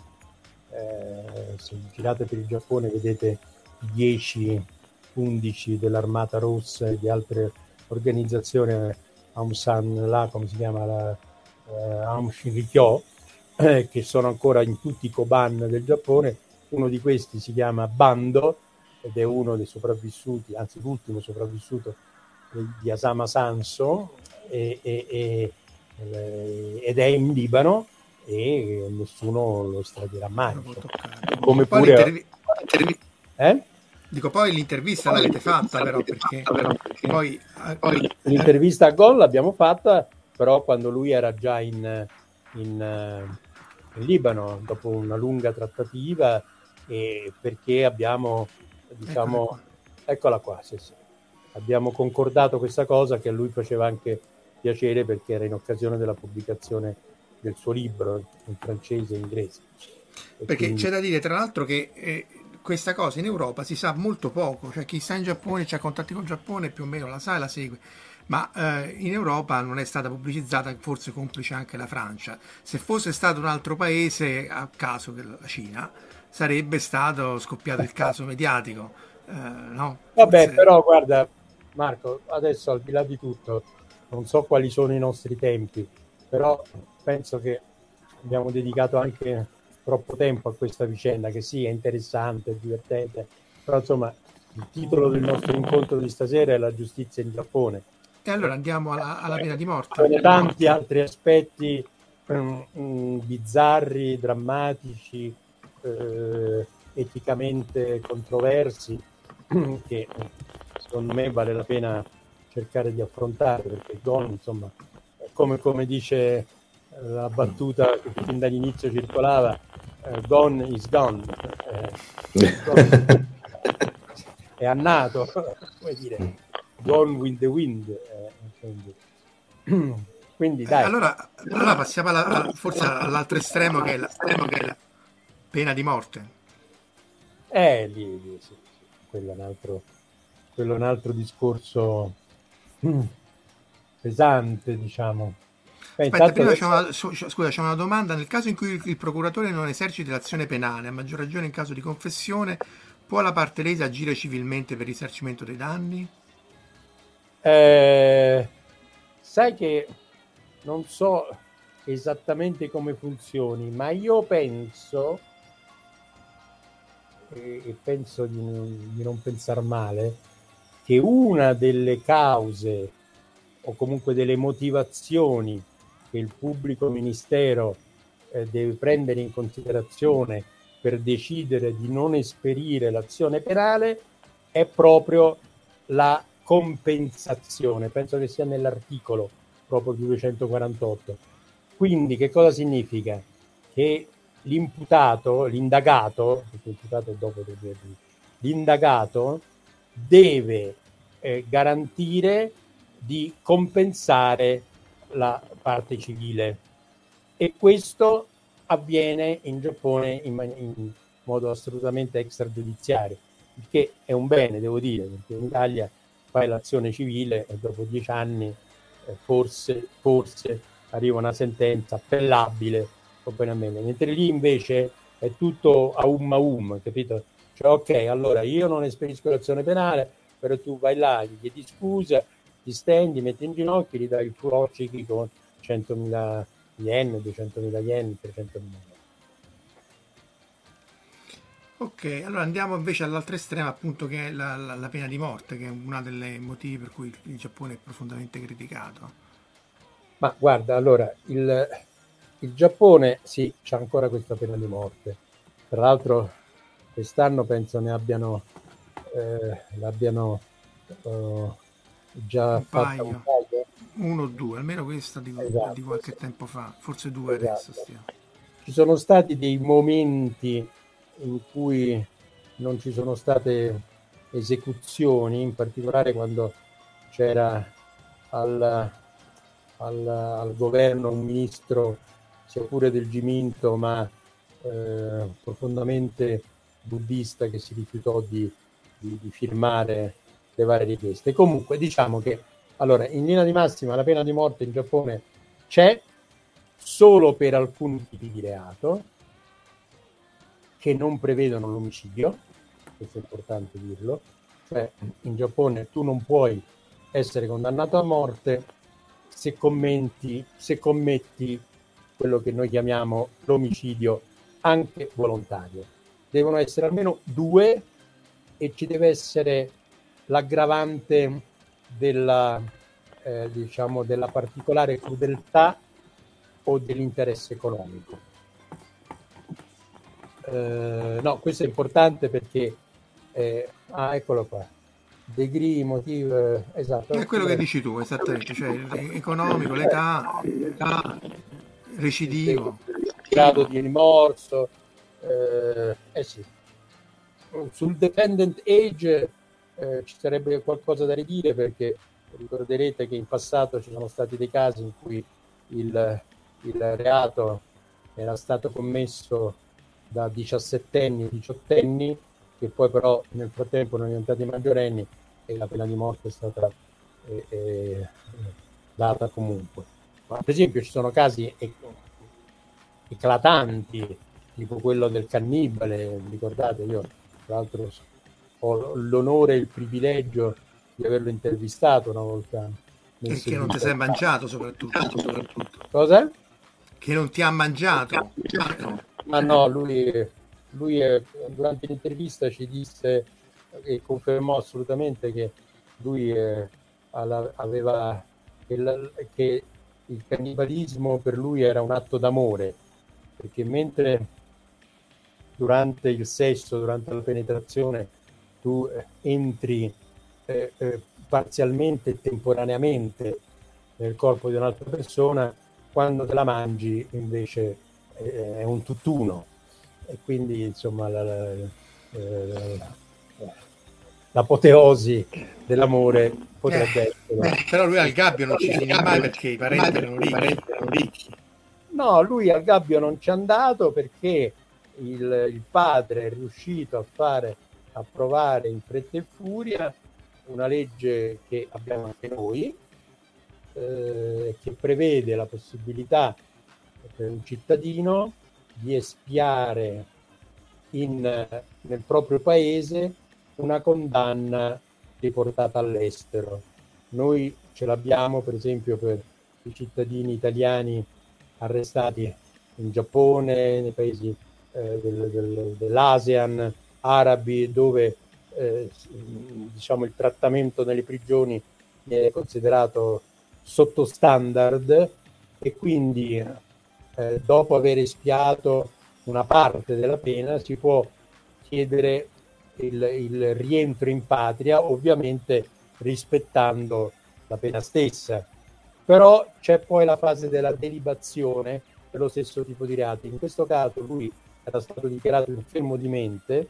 Eh, se girate per il Giappone vedete dieci undici dell'Armata Rossa e di altre organizzazioni, Aung San là, come si chiama, la, eh, Aung Shinrikyo, eh, che sono ancora in tutti i koban del Giappone. Uno di questi si chiama Bando ed è uno dei sopravvissuti, anzi l'ultimo sopravvissuto di Asama Sanso, e, e, e, ed è in Libano e nessuno lo estradirà mai. Come poi pure l'intervi- eh? Dico, poi l'intervista poi l'avete fatta, però, perché, però, perché poi, poi l'intervista a Gol l'abbiamo fatta, però quando lui era già in, in, in Libano, dopo una lunga trattativa, e perché abbiamo, diciamo, eccola qua, eccola qua sì, sì. abbiamo concordato questa cosa, che a lui faceva anche piacere perché era in occasione della pubblicazione del suo libro in francese e inglese. E perché quindi... c'è da dire, tra l'altro, che eh, questa cosa in Europa si sa molto poco, cioè chi sta in Giappone, c'ha contatti col Giappone, più o meno la sa e la segue, ma eh, in Europa non è stata pubblicizzata, forse complice anche la Francia. Se fosse stato un altro paese, a caso che la Cina, sarebbe stato scoppiato il caso mediatico, eh, no? Vabbè, Forse... però guarda Marco, adesso al di là di tutto, non so quali sono i nostri tempi, però penso che abbiamo dedicato anche troppo tempo a questa vicenda, che sì, è interessante, è divertente, però insomma il titolo del nostro incontro di stasera è la giustizia in Giappone. E allora andiamo alla, alla pena di morte. Ci sono tanti altri aspetti um, um, bizzarri, drammatici, eh, eticamente controversi, che secondo me vale la pena cercare di affrontare, perché Gon, insomma, come, come dice la battuta che fin dall'inizio circolava, uh, Gon is gone, eh, gone. È annato, come dire, gone with the wind, eh, quindi, quindi dai. Eh, allora, allora passiamo alla, forse all'altro estremo, che è la, che è la pena di morte. Eh, lì, lì sì, sì. Quello è un altro, quello è un altro discorso mm, pesante, diciamo. Beh, Aspetta, intanto prima c'è adesso una, su- scusa, c'è una domanda. Nel caso in cui il, il procuratore non eserciti l'azione penale, a maggior ragione in caso di confessione, può la parte lesa agire civilmente per risarcimento dei danni? eh, sai che non so esattamente come funzioni, ma io penso, e, e penso di non, di non pensar male, che una delle cause o comunque delle motivazioni che il pubblico ministero eh, deve prendere in considerazione per decidere di non esperire l'azione penale è proprio la compensazione. Penso che sia nell'articolo proprio duecentoquarantotto. Quindi che cosa significa? Che l'imputato, l'indagato, perché l'imputato è dopo dei due, l'indagato deve eh, garantire di compensare la parte civile e questo avviene in Giappone in, man- in modo assolutamente extragiudiziario, il che è un bene, devo dire, perché in Italia fai l'azione civile e dopo dieci anni eh, forse, forse arriva una sentenza appellabile o bene a meno, mentre lì invece è tutto a um a um, capito? Cioè, ok, allora io non esperisco l'azione penale, però tu vai là, gli chiedi scusa, ti stendi, metti in ginocchio, gli dai il fuocichi con centomila yen, duecentomila yen, trecentomila yen. Ok, allora andiamo invece all'altro estremo, appunto, che è la, la- la pena di morte, che è uno dei motivi per cui il, il Giappone è profondamente criticato. Ma guarda, allora, il, il Giappone sì, c'è ancora questa pena di morte. Tra l'altro quest'anno penso ne abbiano, eh, l'abbiano eh, già Un fatta un paio, paio. uno o due, almeno questa di, di Esatto, qualche sì, tempo fa, forse due adesso esatto. stiamo. Ci sono stati dei momenti in cui non ci sono state esecuzioni, in particolare quando c'era al, al, al governo un ministro, sia pure del Giminto, ma eh, profondamente buddista, che si rifiutò di, di, di firmare le varie richieste. Comunque diciamo che allora, in linea di massima la pena di morte in Giappone c'è solo per alcuni tipi di reato che non prevedono l'omicidio, questo è importante dirlo, cioè in Giappone tu non puoi essere condannato a morte se commenti, se commetti quello che noi chiamiamo l'omicidio anche volontario. Devono essere almeno due e ci deve essere l'aggravante della, eh, diciamo, della particolare crudeltà o dell'interesse economico. Eh, no, questo è importante perché eh, ah, eccolo qua. Degree, motivo, esatto. È quello che dici tu, esattamente, cioè economico, l'età, recidivo. Il grado di rimorso, eh, eh sì. Sul dependent age eh, ci sarebbe qualcosa da ridire, perché ricorderete che in passato ci sono stati dei casi in cui il, il reato era stato commesso da diciassettenni e diciottenni, che poi però nel frattempo erano diventati maggiorenni e la pena di morte è stata eh, eh, data comunque. Ma per esempio ci sono casi eclatanti, tipo quello del cannibale, ricordate, io tra l'altro ho l'onore e il privilegio di averlo intervistato una volta nel E che non ti servizio. sei mangiato soprattutto, soprattutto. Cosa? Che non ti ha mangiato. Ma no, lui, lui eh, durante l'intervista ci disse e confermò assolutamente che lui eh, alla- aveva che, la- che il cannibalismo per lui era un atto d'amore, perché mentre durante il sesso, durante la penetrazione, tu eh, entri eh, eh, parzialmente e temporaneamente nel corpo di un'altra persona, quando te la mangi invece eh, è un tutt'uno, e quindi insomma la, la, la, l'apoteosi dell'amore potrebbe Eh, essere. però lui al gabbio non ci finì mai perché i parenti erano ricchi. No, lui al gabbio non ci è andato perché il, il padre è riuscito a fare approvare in fretta e furia una legge che abbiamo anche noi, eh, che prevede la possibilità per un cittadino di espiare in, nel proprio paese una condanna riportata all'estero. Noi ce l'abbiamo per esempio per i cittadini italiani arrestati in Giappone, nei paesi eh, del, del, dell'ASEAN, arabi, dove eh, diciamo il trattamento nelle prigioni è considerato sottostandard, e quindi eh, dopo aver espiato una parte della pena si può chiedere il, il rientro in patria, ovviamente rispettando la pena stessa. Però c'è poi la fase della delibazione per lo stesso tipo di reati. In questo caso lui era stato dichiarato infermo di mente,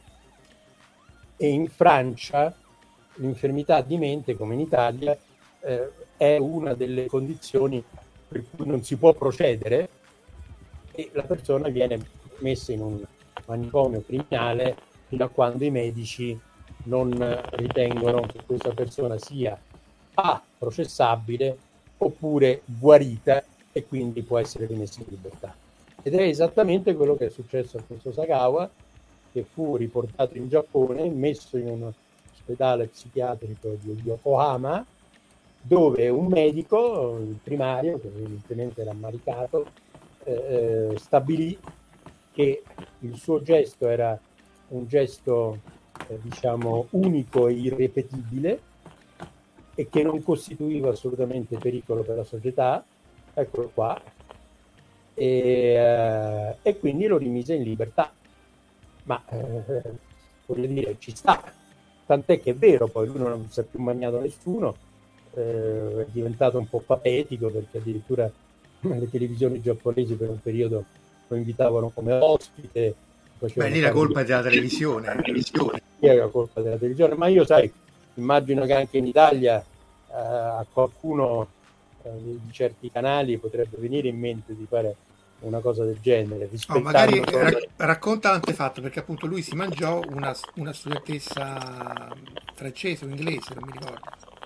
e in Francia l'infermità di mente, come in Italia, eh, è una delle condizioni per cui non si può procedere, e la persona viene messa in un manicomio criminale fino a quando i medici non ritengono che questa persona sia A, processabile, oppure guarita, e quindi può essere rimessa in libertà. Ed è esattamente quello che è successo a questo Sagawa, che fu riportato in Giappone, messo in un ospedale psichiatrico di Yokohama, dove un medico, il primario, che evidentemente era ammalicato, eh, stabilì che il suo gesto era un gesto eh, diciamo unico e irripetibile, e che non costituiva assolutamente pericolo per la società. Eccolo qua. E, eh, e quindi lo rimise in libertà. Ma eh, voglio dire, ci sta, tant'è che è vero, poi lui non si è più magnato nessuno, eh, è diventato un po' patetico, perché addirittura le televisioni giapponesi per un periodo lo invitavano come ospite. Beh, lì la colpa è della televisione. La televisione. Sì, è la colpa della televisione, ma io sai, immagino che anche in Italia eh, a qualcuno eh, di certi canali potrebbe venire in mente di fare una cosa del genere. Oh, magari rac- racconta l'antefatto, perché appunto lui si mangiò una, una studentessa francese o inglese, non mi ricordo.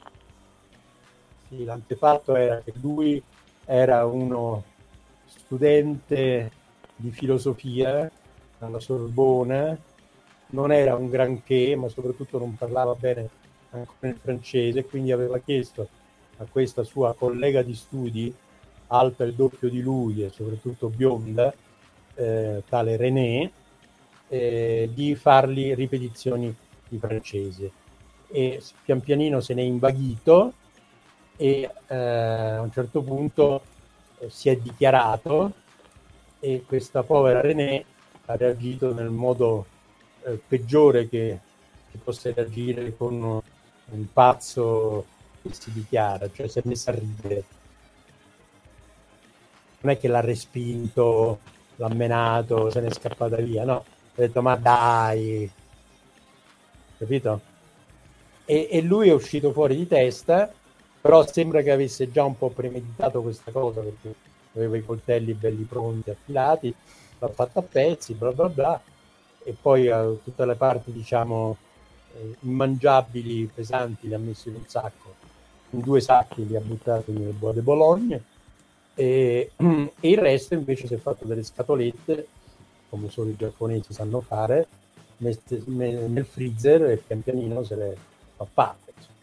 Sì, l'antefatto era che lui era uno studente di filosofia alla Sorbona, non era un granché, ma soprattutto non parlava bene ancora il francese, quindi aveva chiesto a questa sua collega di studi, alta il doppio di lui e soprattutto bionda, eh, tale René, eh, di fargli ripetizioni di francese, e pian pianino se n'è invaghito, e eh, a un certo punto eh, si è dichiarato, e questa povera René ha reagito nel modo eh, peggiore che, che possa reagire con un pazzo che si dichiara, cioè si è messa a ridere. Non è che l'ha respinto, l'ha menato, se n'è scappata via, no, ha detto ma dai, capito? E, e lui è uscito fuori di testa, però sembra che avesse già un po' premeditato questa cosa, perché aveva i coltelli belli pronti, affilati, l'ha fatta a pezzi, bla bla bla, e poi uh, tutte le parti diciamo eh, immangiabili, pesanti, li ha messi in un sacco, in due sacchi li ha buttati nel Bois de Bologne, e, e il resto invece si è fatto delle scatolette, come solo i giapponesi sanno fare, messe nel freezer, e pian pianino se le fa parte.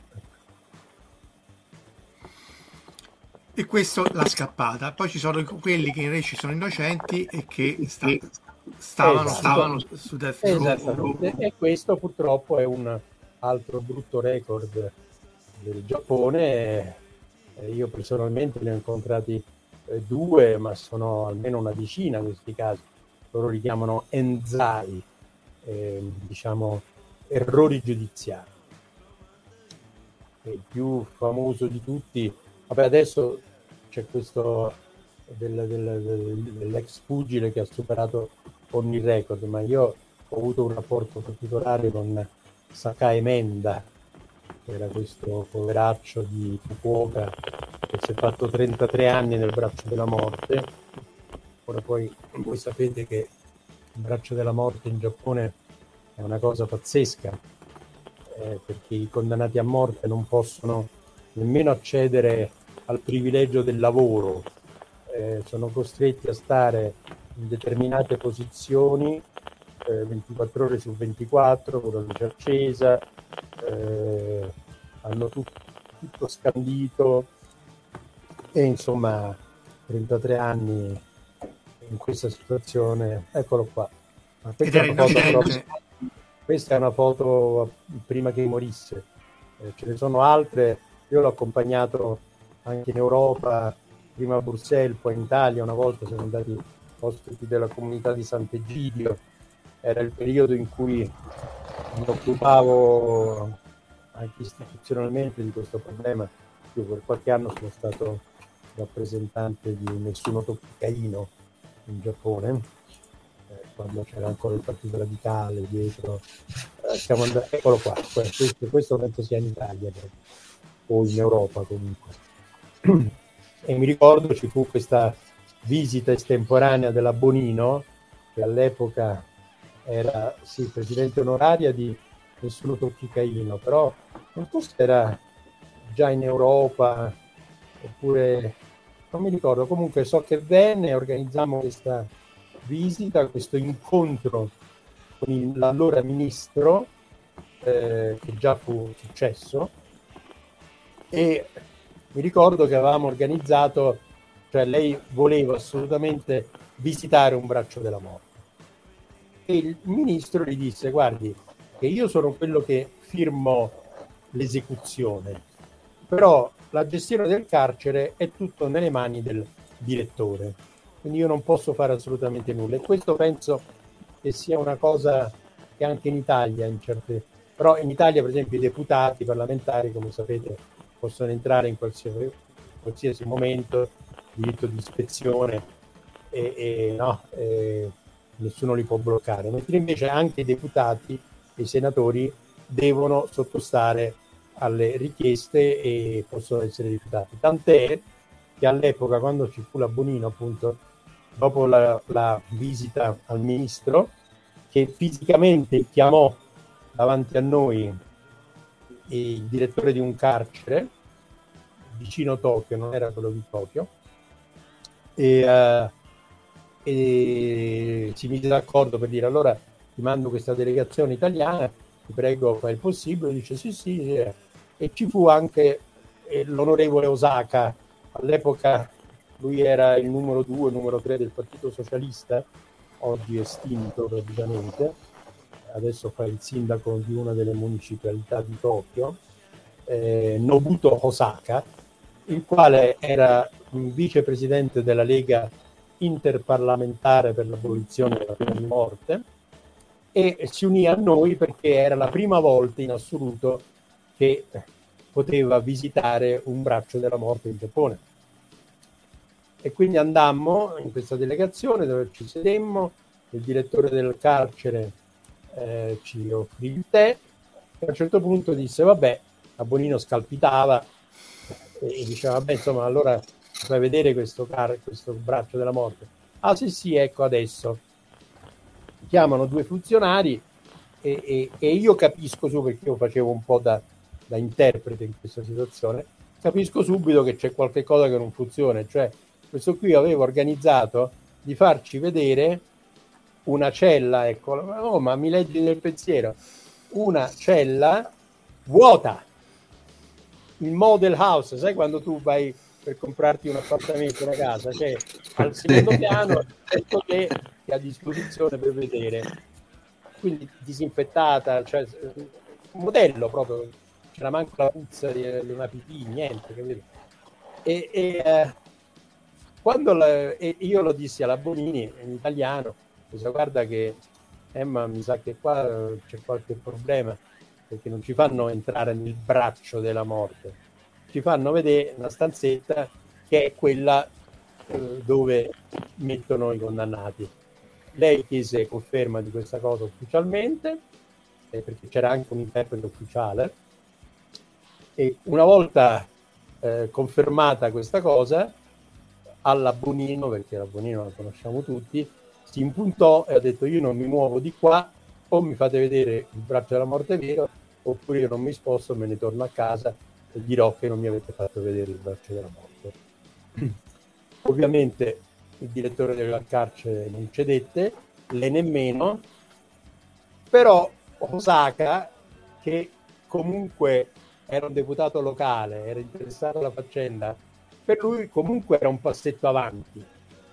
E questo l'ha scappata. Poi ci sono quelli che invece sono innocenti e che sta, stavano, esatto. stavano su Death Row. E questo purtroppo è un altro brutto record del Giappone. Io personalmente ne ho incontrati due, ma sono almeno una decina questi casi. Loro li chiamano enzai, eh, diciamo errori giudiziari. Il più famoso di tutti, vabbè, adesso c'è questo del, del, del, dell'ex pugile che ha superato ogni record, ma io ho avuto un rapporto particolare con Sakae Menda, che era questo poveraccio di Fukuoka che si è fatto trentatré anni nel braccio della morte. Ora poi voi sapete che il braccio della morte in Giappone è una cosa pazzesca, eh, perché i condannati a morte non possono nemmeno accedere al privilegio del lavoro, eh, sono costretti a stare in determinate posizioni eh, ventiquattro ore su ventiquattro con la luce accesa, eh, hanno tutto, tutto scandito e insomma trentatré anni in questa situazione. Eccolo qua. Ma questa, è una foto proprio, questa è una foto prima che morisse, eh, ce ne sono altre. Io l'ho accompagnato anche in Europa, prima a Bruxelles, poi in Italia. Una volta siamo andati ospiti della comunità di Sant'Egidio, era il periodo in cui mi occupavo anche istituzionalmente di questo problema. Io per qualche anno sono stato rappresentante di Nessuno Tocchi Caino in Giappone, eh, quando c'era ancora il Partito Radicale dietro. Eh, siamo andati, eccolo qua, questo, questo penso sia in Italia o in Europa comunque. E mi ricordo ci fu questa visita estemporanea della Bonino, che all'epoca era sì presidente onoraria di Nessuno Tocchi Caino, però non so se era già in Europa oppure non mi ricordo. Comunque so che venne e organizzammo questa visita, questo incontro con il, l'allora ministro, eh, che già fu successo, e mi ricordo che avevamo organizzato, cioè lei voleva assolutamente visitare un braccio della morte e il ministro gli disse: guardi che io sono quello che firmo l'esecuzione, però la gestione del carcere è tutto nelle mani del direttore, quindi io non posso fare assolutamente nulla. E questo penso che sia una cosa che anche in Italia in certe, però in Italia per esempio i deputati, i parlamentari, come sapete, possono entrare in qualsiasi, qualsiasi momento, diritto di ispezione, e, e no, e nessuno li può bloccare, mentre invece anche i deputati e i senatori devono sottostare alle richieste e possono essere rifiutati. Tant'è che all'epoca, quando ci fu la Bonino, appunto, dopo la, la visita al ministro, che fisicamente chiamò davanti a noi il direttore di un carcere vicino Tokyo, non era quello di Tokyo, e, uh, e si mise d'accordo per dire: allora ti mando questa delegazione italiana, ti prego fai il possibile. Dice sì sì, sì. E ci fu anche eh, l'onorevole Osaka, all'epoca lui era il numero due, numero tre del Partito Socialista, oggi estinto praticamente, adesso fa il sindaco di una delle municipalità di Tokyo, eh, Nobuto Osaka, il quale era un vicepresidente della Lega Interparlamentare per l'abolizione della pena di morte, e si unì a noi perché era la prima volta in assoluto che poteva visitare un braccio della morte in Giappone. E quindi andammo in questa delegazione dove ci sedemmo, il direttore del carcere eh, ci offrì il tè e a un certo punto disse: vabbè, a Bonino scalpitava e diceva: vabbè, insomma, allora fai vedere questo, car- questo braccio della morte. Ah sì sì, ecco adesso. Chiamano due funzionari e, e, e io capisco su, perché io facevo un po' da, da interprete in questa situazione, capisco subito che c'è qualche cosa che non funziona. Cioè, questo qui aveva organizzato di farci vedere una cella, ecco, oh, ma mi leggi nel pensiero, una cella vuota, il model house, sai quando tu vai per comprarti un appartamento, una casa, cioè al secondo piano tutto che a disposizione per vedere, quindi disinfettata, cioè un modello proprio, c'era manco la puzza di, di una pipì, niente, capito? E, e eh, quando la, e io lo dissi alla Bonini in italiano, dice: guarda che Emma, mi sa che qua c'è qualche problema, perché non ci fanno entrare nel braccio della morte, ci fanno vedere una stanzetta che è quella eh, dove mettono i condannati. Lei chiese conferma di questa cosa ufficialmente, eh, perché c'era anche un interprete ufficiale, e una volta eh, confermata questa cosa, alla Bonino, perché la Bonino la conosciamo tutti, si impuntò e ha detto: io non mi muovo di qua, o mi fate vedere il braccio della morte vero, oppure io non mi sposto, me ne torno a casa e dirò che non mi avete fatto vedere il braccio della morte. Ovviamente il direttore della carcere non cedette, lei nemmeno, però Osaka, che comunque era un deputato locale, era interessato alla faccenda, per lui comunque era un passetto avanti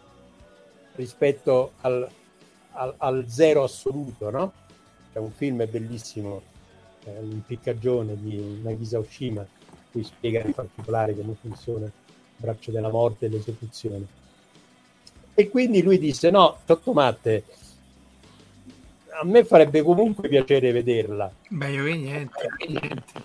rispetto al, al, al zero assoluto, no? C'è un film bellissimo, eh, L'impiccagione di Nagisa Oshima, cui spiega in particolare come funziona il braccio della morte e l'esecuzione. E quindi lui disse: no, Sottomatte, a me farebbe comunque piacere vederla. Beh, io niente, niente.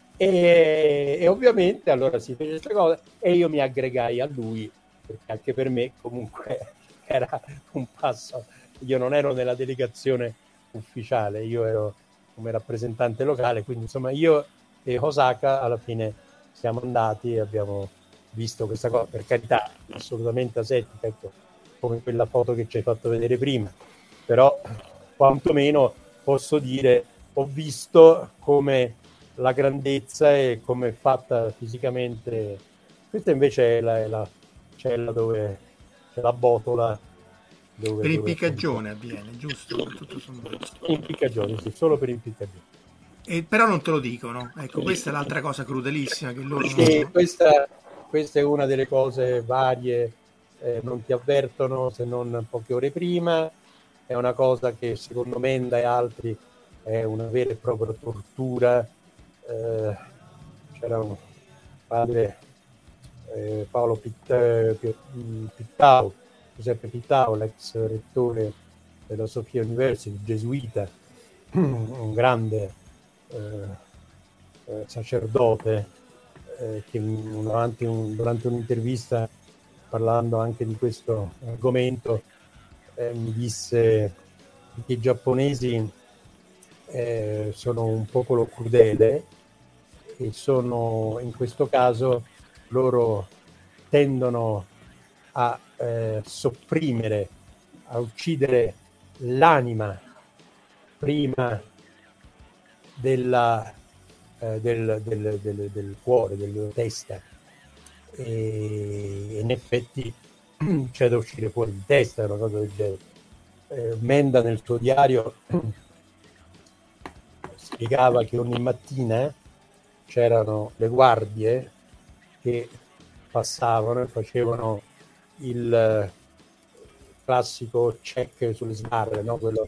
E, e ovviamente allora si fece questa cosa e io mi aggregai a lui, perché anche per me comunque era un passo. Io non ero nella delegazione ufficiale, io ero come rappresentante locale, quindi insomma io e Osaka alla fine siamo andati e abbiamo visto questa cosa, per carità assolutamente asettica, ecco, come quella foto che ci hai fatto vedere prima, però quantomeno posso dire ho visto come la grandezza e come è fatta fisicamente. Questa invece è la, è la cella dove c'è la botola dove, per dove impiccagione avviene, giusto? Tutto impiccagione, sì, solo per impiccagione. E però non te lo dicono, ecco, questa è l'altra cosa crudelissima che loro sì, non... questa, questa è una delle cose varie, eh, non ti avvertono se non poche ore prima, è una cosa che secondo Menda e altri è una vera e propria tortura. Eh, c'era un padre, eh, Paolo Pitt, Pittau, Giuseppe Pittau, l'ex rettore della Sofia University, gesuita, un grande eh, eh, sacerdote, eh, che durante, un, durante un'intervista, parlando anche di questo argomento, eh, mi disse che i giapponesi eh, sono un popolo crudele e sono, in questo caso, loro tendono a eh, sopprimere, a uccidere l'anima prima della, eh, del, del, del, del cuore, della testa, e in effetti c'è da uscire fuori di testa, una cosa del genere. Eh, Menda nel suo diario spiegava che ogni mattina c'erano le guardie che passavano e facevano il classico check sulle sbarre, no? Quello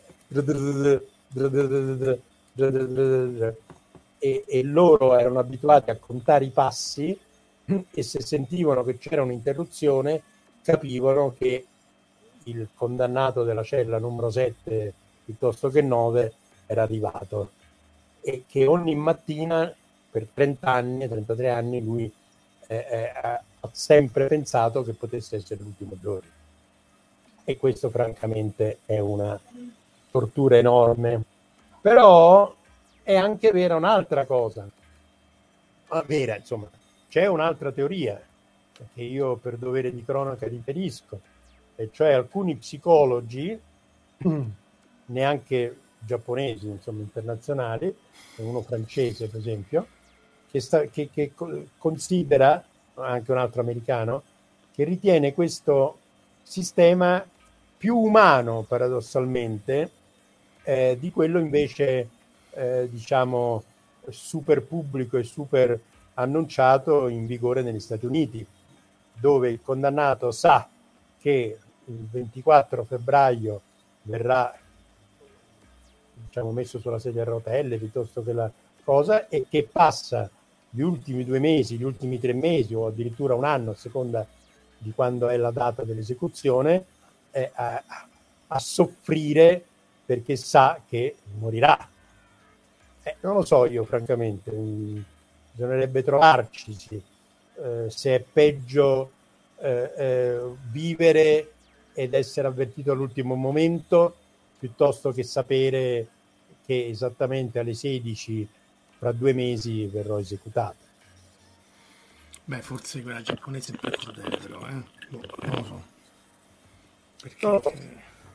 e, e loro erano abituati a contare i passi e se sentivano che c'era un'interruzione capivano che il condannato della cella numero sette piuttosto che nove era arrivato, e che ogni mattina per trenta anni, trentatré anni lui eh, eh, ha sempre pensato che potesse essere l'ultimo giorno, e questo francamente è una tortura enorme. Però è anche vera un'altra cosa, ah, vera insomma, c'è un'altra teoria che io per dovere di cronaca riferisco, e cioè alcuni psicologi neanche giapponesi, insomma internazionali, uno francese per esempio, che, sta, che, che considera, anche un altro americano, che ritiene questo sistema più umano paradossalmente eh, di quello invece eh, diciamo super pubblico e super annunciato in vigore negli Stati Uniti, dove il condannato sa che il ventiquattro febbraio verrà, diciamo, messo sulla sedia a rotelle piuttosto che la cosa, e che passa gli ultimi due mesi, gli ultimi tre mesi o addirittura un anno a seconda di quando è la data dell'esecuzione eh, a, a soffrire perché sa che morirà. Eh, non lo so io francamente, mh, bisognerebbe trovarci sì. eh, se è peggio eh, eh, vivere ed essere avvertito all'ultimo momento piuttosto che sapere che esattamente alle sedici fra due mesi verrò esecutato. Beh, forse quella giapponese è più crudele però, eh? Boh, non lo so. Perché... No.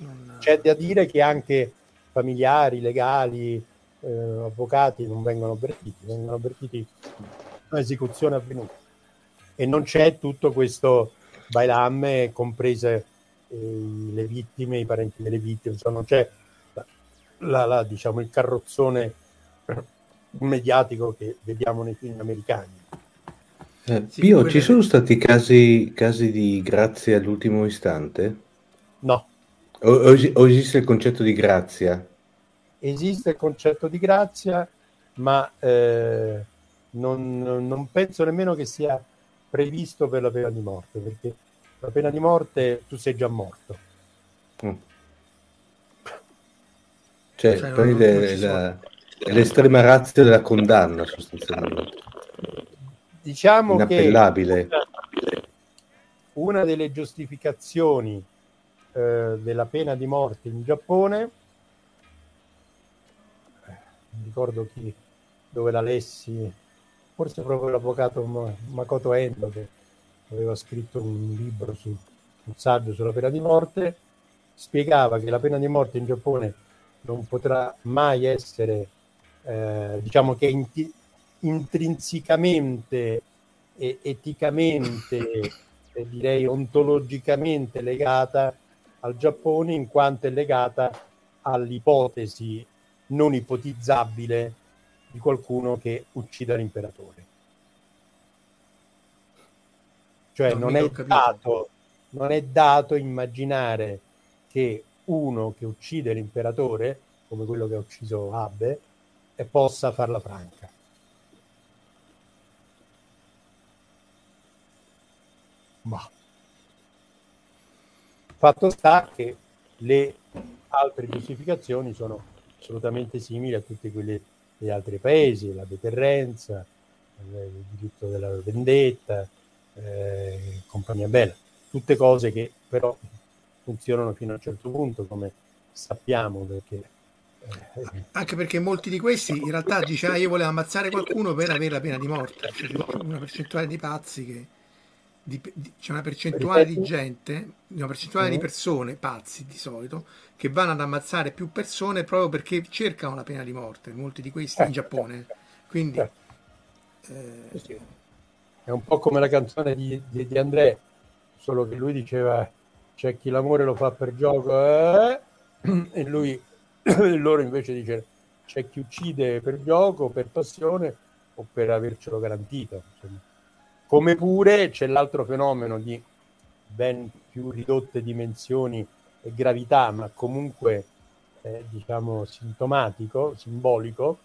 Non... C'è da dire che anche familiari, legali, eh, avvocati non vengono avvertiti, vengono avvertiti un'esecuzione avvenuta. E non c'è tutto questo bailamme, comprese eh, le vittime, i parenti delle vittime, insomma non c'è la, la, la, diciamo, il carrozzone mediatico che vediamo nei film americani. Eh, Sì, Pio, quelle- ci sono stati casi, casi di grazia all'ultimo istante? No, O, o esi- o esiste il concetto di grazia? esiste il concetto di grazia, ma eh, non, non penso nemmeno che sia previsto per la pena di morte, perché la pena di morte tu sei già morto. Mm. Cioè, Cioè, non- prende non ci sono. la- è l'estrema razza della condanna, sostanzialmente. Diciamo che Inappellabile. una delle giustificazioni eh, della pena di morte in Giappone, non ricordo chi, dove la lessi, forse proprio l'avvocato Ma- Makoto Endo, che aveva scritto un libro su un saggio sulla pena di morte, spiegava che la pena di morte in Giappone non potrà mai essere, eh, diciamo che inti- intrinsecamente e eticamente e direi ontologicamente legata al Giappone, in quanto è legata all'ipotesi non ipotizzabile di qualcuno che uccida l'imperatore. Cioè No, non mica è ho capito. dato, non è dato immaginare che uno che uccide l'imperatore, come quello che ha ucciso Abe, e possa farla franca. Ma fatto sta che le altre giustificazioni sono assolutamente simili a tutte quelle degli altri paesi, la deterrenza, il diritto della vendetta, eh, compagnia bella, tutte cose che però funzionano fino a un certo punto, come sappiamo, perché eh, Anche perché molti di questi in realtà dice ah, io volevo ammazzare qualcuno per avere la pena di morte. Cioè, c'è una percentuale di pazzi che di- di- c'è una percentuale di ripeti? gente, una percentuale di Mm? persone, pazzi di solito, che vanno ad ammazzare più persone proprio perché cercano la pena di morte, molti di questi in Certo, Giappone. certo, Quindi, certo. eh, Sì, sì. È un po' come la canzone di, di, di André, solo che lui diceva c'è chi l'amore lo fa per gioco, eh? E lui, loro invece dice c'è chi uccide per gioco, per passione o per avercelo garantito. Insomma. Come pure c'è l'altro fenomeno di ben più ridotte dimensioni e gravità, ma comunque eh, diciamo sintomatico, simbolico,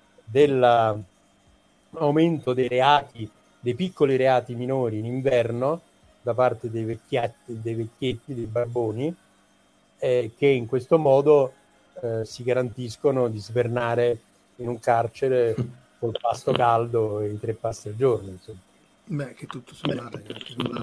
dell'aumento dei reati, dei piccoli reati minori in inverno da parte dei vecchietti, dei, vecchietti, dei barboni, eh, che in questo modo eh, si garantiscono di svernare in un carcere col pasto caldo e i tre pasti al giorno. Insomma. beh, che tutto sommato è anche quello.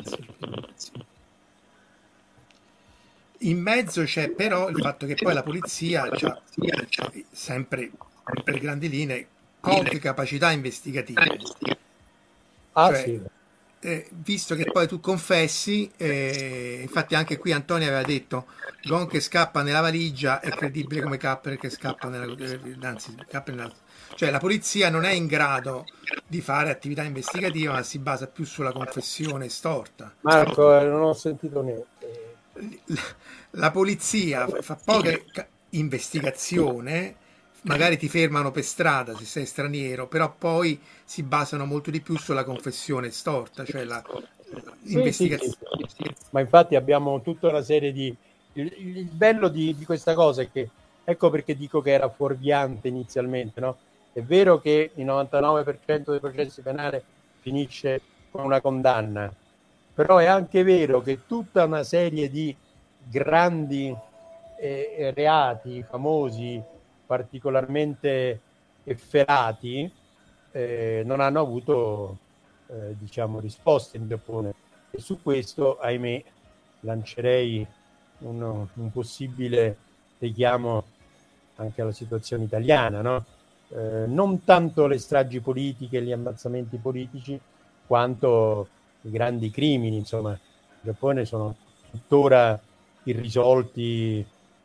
In mezzo c'è però il fatto che poi la polizia ha sempre per grandi linee poche capacità investigative. Ah Cioè, sì, eh, visto che poi tu confessi, eh, infatti anche qui Antonio aveva detto Gon che scappa nella valigia è credibile come Capper che scappa nella, eh, anzi, Capper nella, cioè la polizia non è in grado di fare attività investigativa, ma si basa più sulla confessione storta. Marco, eh, non ho sentito niente. La polizia fa poca ca- investigazione, magari ti fermano per strada se sei straniero, però poi si basano molto di più sulla confessione storta, cioè la Sì, sì, sì, investigazione. sì. Ma infatti abbiamo tutta una serie di... Il, il bello di, di questa cosa è che, ecco perché dico che era fuorviante inizialmente, no? È vero che il novantanove per cento dei processi penali finisce con una condanna, però è anche vero che tutta una serie di grandi eh, reati famosi, particolarmente efferati, eh, non hanno avuto eh, diciamo risposte in Giappone, e su questo ahimè lancerei un, un possibile richiamo anche alla situazione italiana, no? Eh, non tanto le stragi politiche, gli ammazzamenti politici, quanto i grandi crimini, insomma, in Giappone sono tuttora irrisolti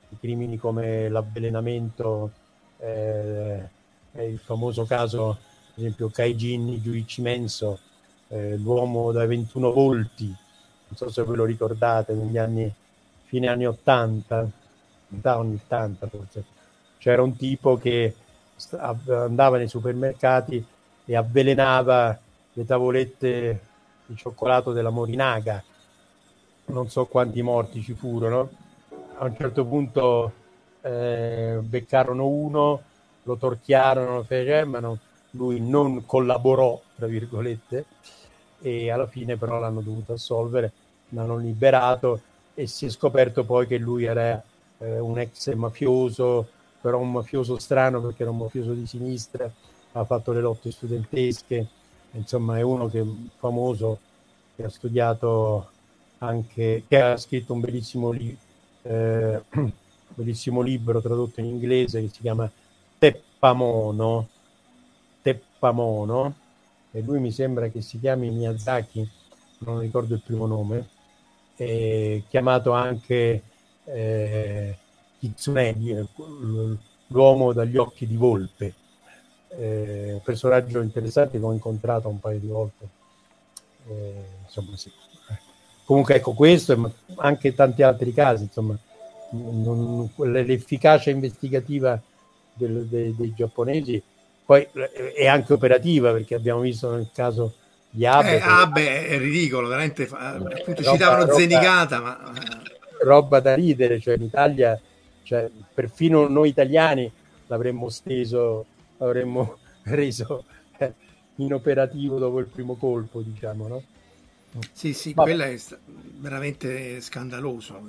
crimini come l'avvelenamento, eh, il famoso caso, per esempio, Kaijin Juichi Menso, eh, l'uomo dai ventuno volti, non so se ve lo ricordate, negli anni, fine anni ottanta, anni ottanta forse, c'era un tipo che andava nei supermercati e avvelenava le tavolette di cioccolato della Morinaga. Non so quanti morti ci furono. A un certo punto eh, beccarono uno, lo torchiarono, lo fece, ma non, lui non collaborò, tra virgolette, e alla fine però l'hanno dovuto assolvere, l'hanno liberato e si è scoperto poi che lui era eh, un ex mafioso, però un mafioso strano perché era un mafioso di sinistra, ha fatto le lotte studentesche, insomma è uno che è famoso, che ha studiato anche, che ha scritto un bellissimo, li, eh, bellissimo libro tradotto in inglese che si chiama Teppamono, Teppamono, e lui mi sembra che si chiami Miyazaki, non ricordo il primo nome, è chiamato anche eh, Kitsune, l'uomo dagli occhi di volpe, eh, un personaggio interessante che ho incontrato un paio di volte, eh, insomma sì. Comunque ecco, questo e anche tanti altri casi, insomma, non, l'efficacia investigativa del, dei, dei giapponesi poi è anche operativa, perché abbiamo visto nel caso di Abe. Eh, Abe è ridicolo, veramente, appunto citavano roba, Zenigata, ma... roba da ridere, cioè in Italia, cioè, perfino noi italiani l'avremmo steso, l'avremmo reso eh, inoperativo dopo il primo colpo, diciamo, no? Sì, sì, Vabbè. Quello è veramente scandaloso,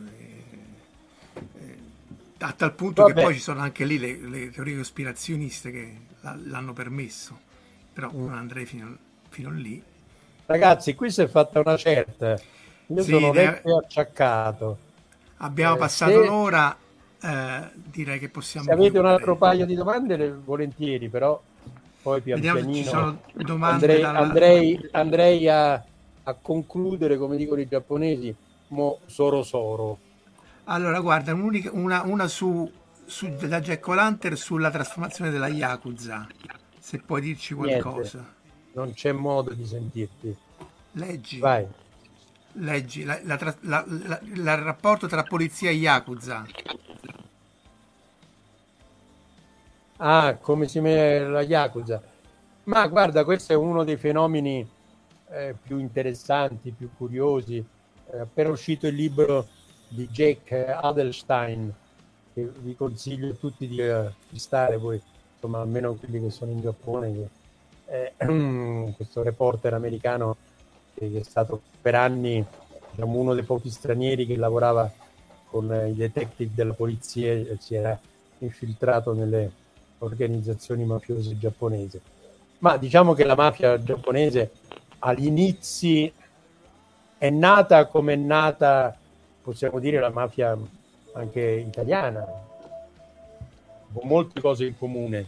a tal punto Vabbè. Che poi ci sono anche lì le, le teorie cospirazioniste che l'hanno permesso, però mm. non andrei fino, fino lì. Ragazzi, qui si è fatta una certa, io sì, sono vecchio e acciaccato. Abbiamo eh, passato se... un'ora, eh, direi che possiamo se avete chiudere. Un altro paio di domande, volentieri, però poi pian Vediamo pianino se ci sono domande andrei, dalla... andrei, andrei a, a concludere, come dicono i giapponesi, mo soro soro. Allora, guarda, una, una su, su da Jack O'Lantern sulla trasformazione della Yakuza, se puoi dirci qualcosa. Niente, non c'è modo di sentirti. Leggi. Vai. Leggi la, la, la, la, la, il rapporto tra polizia e Yakuza. Ah, come si mette la Yakuza. Ma guarda, questo è uno dei fenomeni eh, più interessanti, più curiosi. È appena uscito il libro di Jake Adelstein, che vi consiglio a tutti di, uh, di stare, voi, insomma, almeno quelli che sono in Giappone, che è questo reporter americano che, che è stato per anni, diciamo, uno dei pochi stranieri che lavorava con i detective della polizia e si era infiltrato nelle organizzazioni mafiose giapponesi. Ma diciamo che la mafia giapponese agli inizi è nata come è nata, possiamo dire, la mafia anche italiana, con molte cose in comune,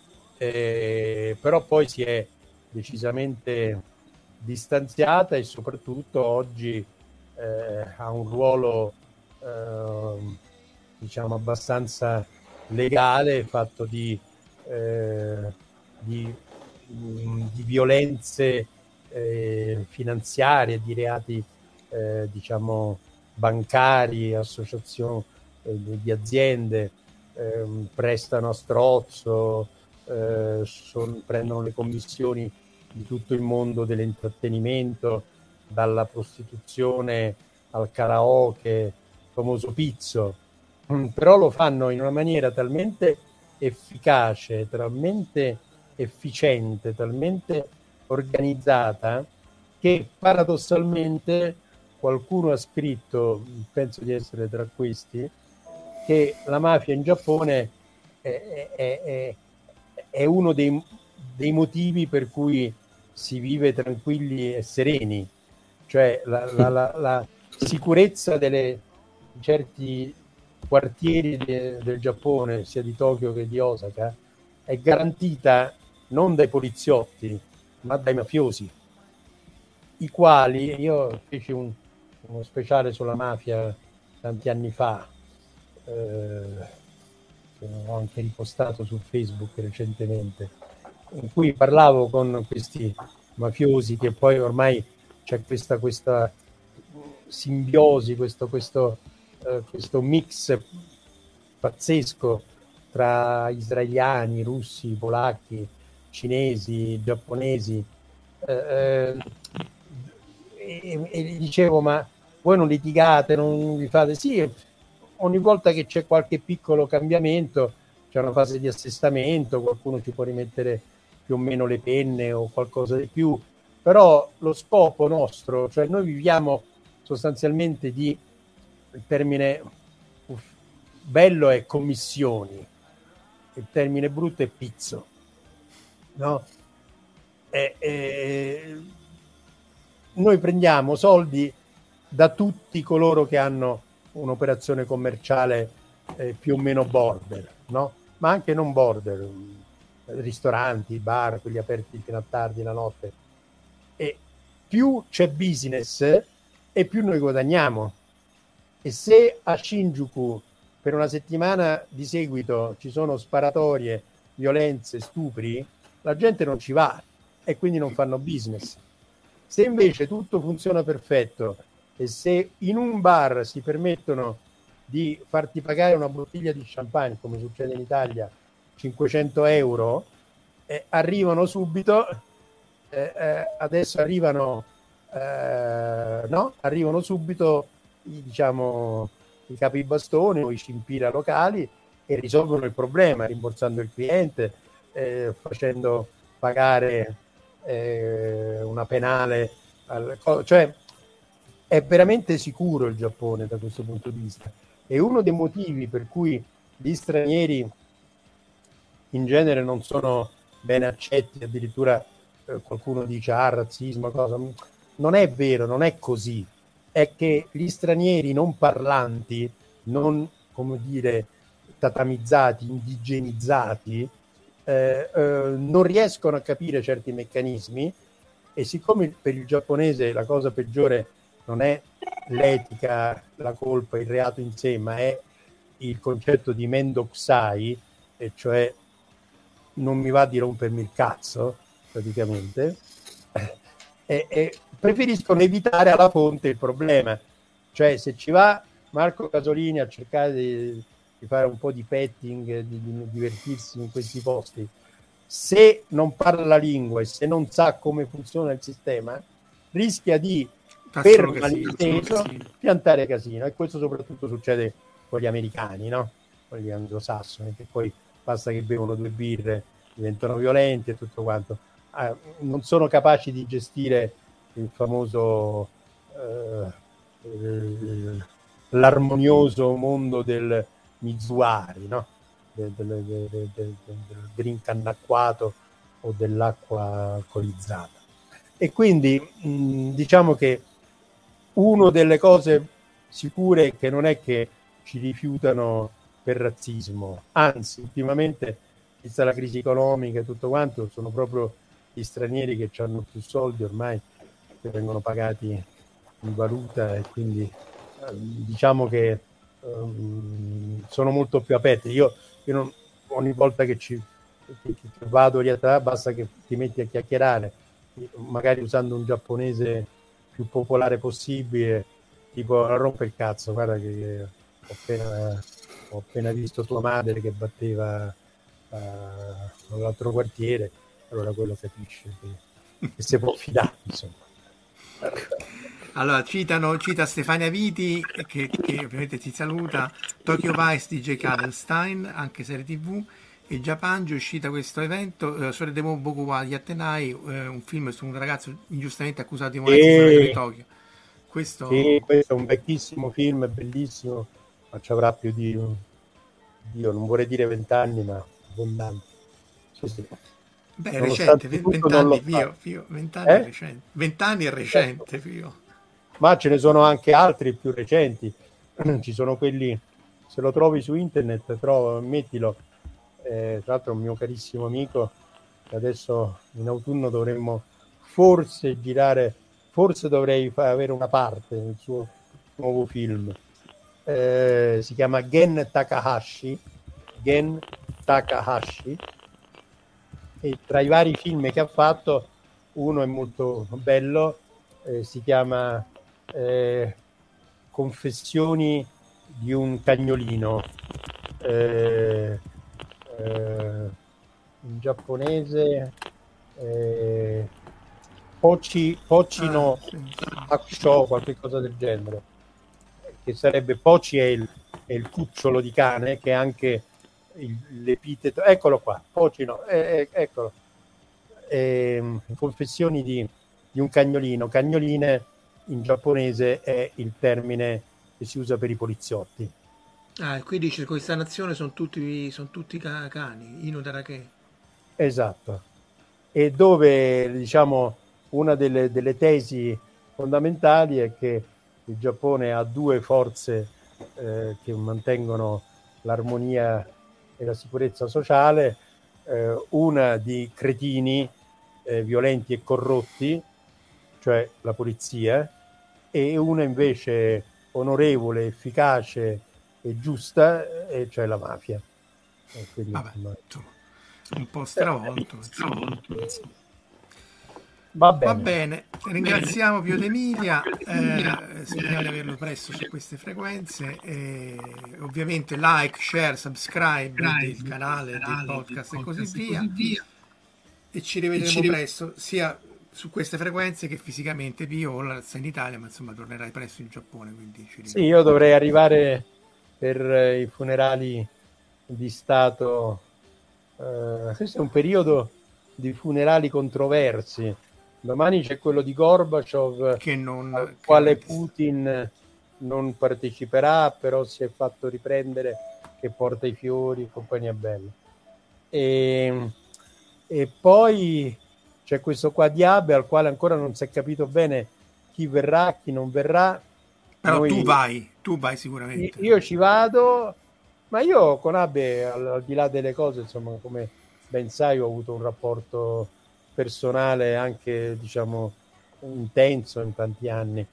eh, però poi si è decisamente distanziata e soprattutto oggi eh, ha un ruolo eh, diciamo abbastanza legale, fatto di, eh, di, di violenze eh, finanziarie, di reati eh, diciamo bancari, associazioni eh, di aziende, eh, prestano a strozzo, eh, son, prendono le commissioni di tutto il mondo dell'intrattenimento, dalla prostituzione al karaoke, famoso pizzo, mm, però lo fanno in una maniera talmente efficace, talmente efficiente, talmente organizzata che paradossalmente qualcuno ha scritto, penso di essere tra questi, che la mafia in Giappone è, è, è, è uno dei, dei motivi per cui si vive tranquilli e sereni, cioè la, la, la, la sicurezza delle certi quartieri de, del Giappone, sia di Tokyo che di Osaka, è garantita non dai poliziotti, ma dai mafiosi, i quali, io feci un, uno speciale sulla mafia tanti anni fa, eh, che ho anche ripostato su Facebook recentemente, in cui parlavo con questi mafiosi che poi ormai c'è questa, questa simbiosi, questo, questo, eh, questo mix pazzesco tra israeliani, russi, polacchi, cinesi, giapponesi, eh, e, e gli dicevo: ma voi non litigate, non vi fate? Sì, ogni volta che c'è qualche piccolo cambiamento c'è una fase di assestamento, qualcuno ci può rimettere più o meno le penne o qualcosa di più, però lo scopo nostro, cioè noi viviamo sostanzialmente di, il termine bello è commissioni, il termine brutto è pizzo, no? E, e, noi prendiamo soldi da tutti coloro che hanno un'operazione commerciale eh, più o meno border, no? Ma anche non border, ristoranti, bar, quelli aperti fino a tardi la notte. E più c'è business e più noi guadagniamo. E se a Shinjuku per una settimana di seguito ci sono sparatorie, violenze, stupri, la gente non ci va e quindi non fanno business. Se invece tutto funziona perfetto e se in un bar si permettono di farti pagare una bottiglia di champagne, come succede in Italia, cinquecento euro, eh, arrivano subito, eh, eh, adesso arrivano, eh, no? Arrivano subito i, diciamo, i capibastoni o i cimpira locali e risolvono il problema, rimborsando il cliente, eh, facendo pagare eh, una penale, al, cioè è veramente sicuro il Giappone da questo punto di vista. E uno dei motivi per cui gli stranieri in genere non sono ben accetti, addirittura eh, qualcuno dice ah, razzismo, cosa. Non è vero, non è così. È che gli stranieri non parlanti, non, come dire, tatamizzati, indigenizzati, eh, eh, non riescono a capire certi meccanismi, e siccome per il giapponese la cosa peggiore non è l'etica, la colpa, il reato in sé, ma è il concetto di mendokusai, e cioè non mi va di rompermi il cazzo, praticamente, e, e preferiscono evitare alla fonte il problema. Cioè, se ci va Marco Casolini a cercare di, di fare un po' di petting, di, di divertirsi in questi posti, se non parla la lingua e se non sa come funziona il sistema, rischia di per malinteso piantare casino, e questo soprattutto succede con gli americani, no? Con gli anglosassoni, che poi basta che bevono due birre diventano violenti e tutto quanto. Ah, non sono capaci di gestire il famoso eh, l'armonioso mondo del mizuari, no? Del, del, del, del, del drink annacquato o dell'acqua alcolizzata. E quindi mh, diciamo che una delle cose sicure è che non è che ci rifiutano per razzismo, anzi ultimamente, vista la crisi economica e tutto quanto, sono proprio gli stranieri che hanno più soldi ormai, che vengono pagati in valuta, e quindi eh, diciamo che um, sono molto più aperti. Io, io non, ogni volta che ci che, che vado lì a tra, basta che ti metti a chiacchierare, magari usando un giapponese più popolare possibile, tipo non rompe il cazzo, guarda che, che ho, appena, ho appena visto tua madre che batteva uh, nell'altro quartiere, allora quello capisce che, che si può fidare, insomma. Allora citano, cita Stefania Viti che, che ovviamente ti saluta, Tokyo Vice di J. Kadenstein, anche serie tv, e Japanjo è uscita questo evento, eh, Sore Demo Bokuwa di Attenai, eh, un film su un ragazzo ingiustamente accusato di molestia e... di Tokyo. Questo... Sì, questo è un vecchissimo film, bellissimo, ma ci avrà più di, io non vorrei dire vent'anni, ma abbondanti. Sì, sì. Beh, è recente, vent'anni, Pio, Pio, vent'anni eh? è recente. Vent'anni è recente, Pio. Ma ce ne sono anche altri più recenti. Ci sono quelli, se lo trovi su internet, trova, mettilo. Eh, tra l'altro un mio carissimo amico, che adesso in autunno dovremmo forse girare, forse dovrei fa- avere una parte nel suo nuovo film. Eh, eh, si chiama Gen Takahashi, Gen Takahashi, e tra i vari film che ha fatto uno è molto bello, eh, si chiama eh, Confessioni di un cagnolino, eh, eh, in giapponese eh, Pochi, Pochi no Ah, sì, sì. Hakusho, qualche cosa del genere, che sarebbe Pochi è il, è il cucciolo di cane, che è anche il, l'epiteto, eccolo qua, Pochi no, eh, eh, eccolo, eh, Confessioni di, di un cagnolino. Cagnoline in giapponese è il termine che si usa per i poliziotti. Ah, e qui dice questa nazione sono tutti, sono tutti ca- cani, Inu Darake. Esatto. E dove, diciamo, una delle, delle tesi fondamentali è che il Giappone ha due forze eh, che mantengono l'armonia e la sicurezza sociale, eh, una di cretini eh, violenti e corrotti, cioè la polizia, e una invece onorevole, efficace e giusta, e cioè la mafia. E quindi, Vabbè, insomma, insomma, un po' stravolto. va Va bene. bene, ringraziamo Pio D'Emilia, eh, speriamo di averlo presto su queste frequenze, e ovviamente like, share, subscribe del canale, del podcast e così via, e ci rivedremo presto sia su queste frequenze che fisicamente. Pio ora sta in Italia, ma insomma tornerai presto in Giappone, quindi ci Sì, io dovrei arrivare per eh, i funerali di Stato. Eh, questo è un periodo di funerali controversi. Domani c'è quello di Gorbaciov, che non al che quale non- Putin non parteciperà, però si è fatto riprendere che porta i fiori e compagnia bella. E, e poi c'è questo qua di Abe al quale ancora non si è capito bene chi verrà, chi non verrà. Però Noi, tu vai, tu vai sicuramente. io ci vado, ma io con Abe, al, al di là delle cose, insomma, come ben sai, ho avuto un rapporto personale anche, diciamo, intenso in tanti anni.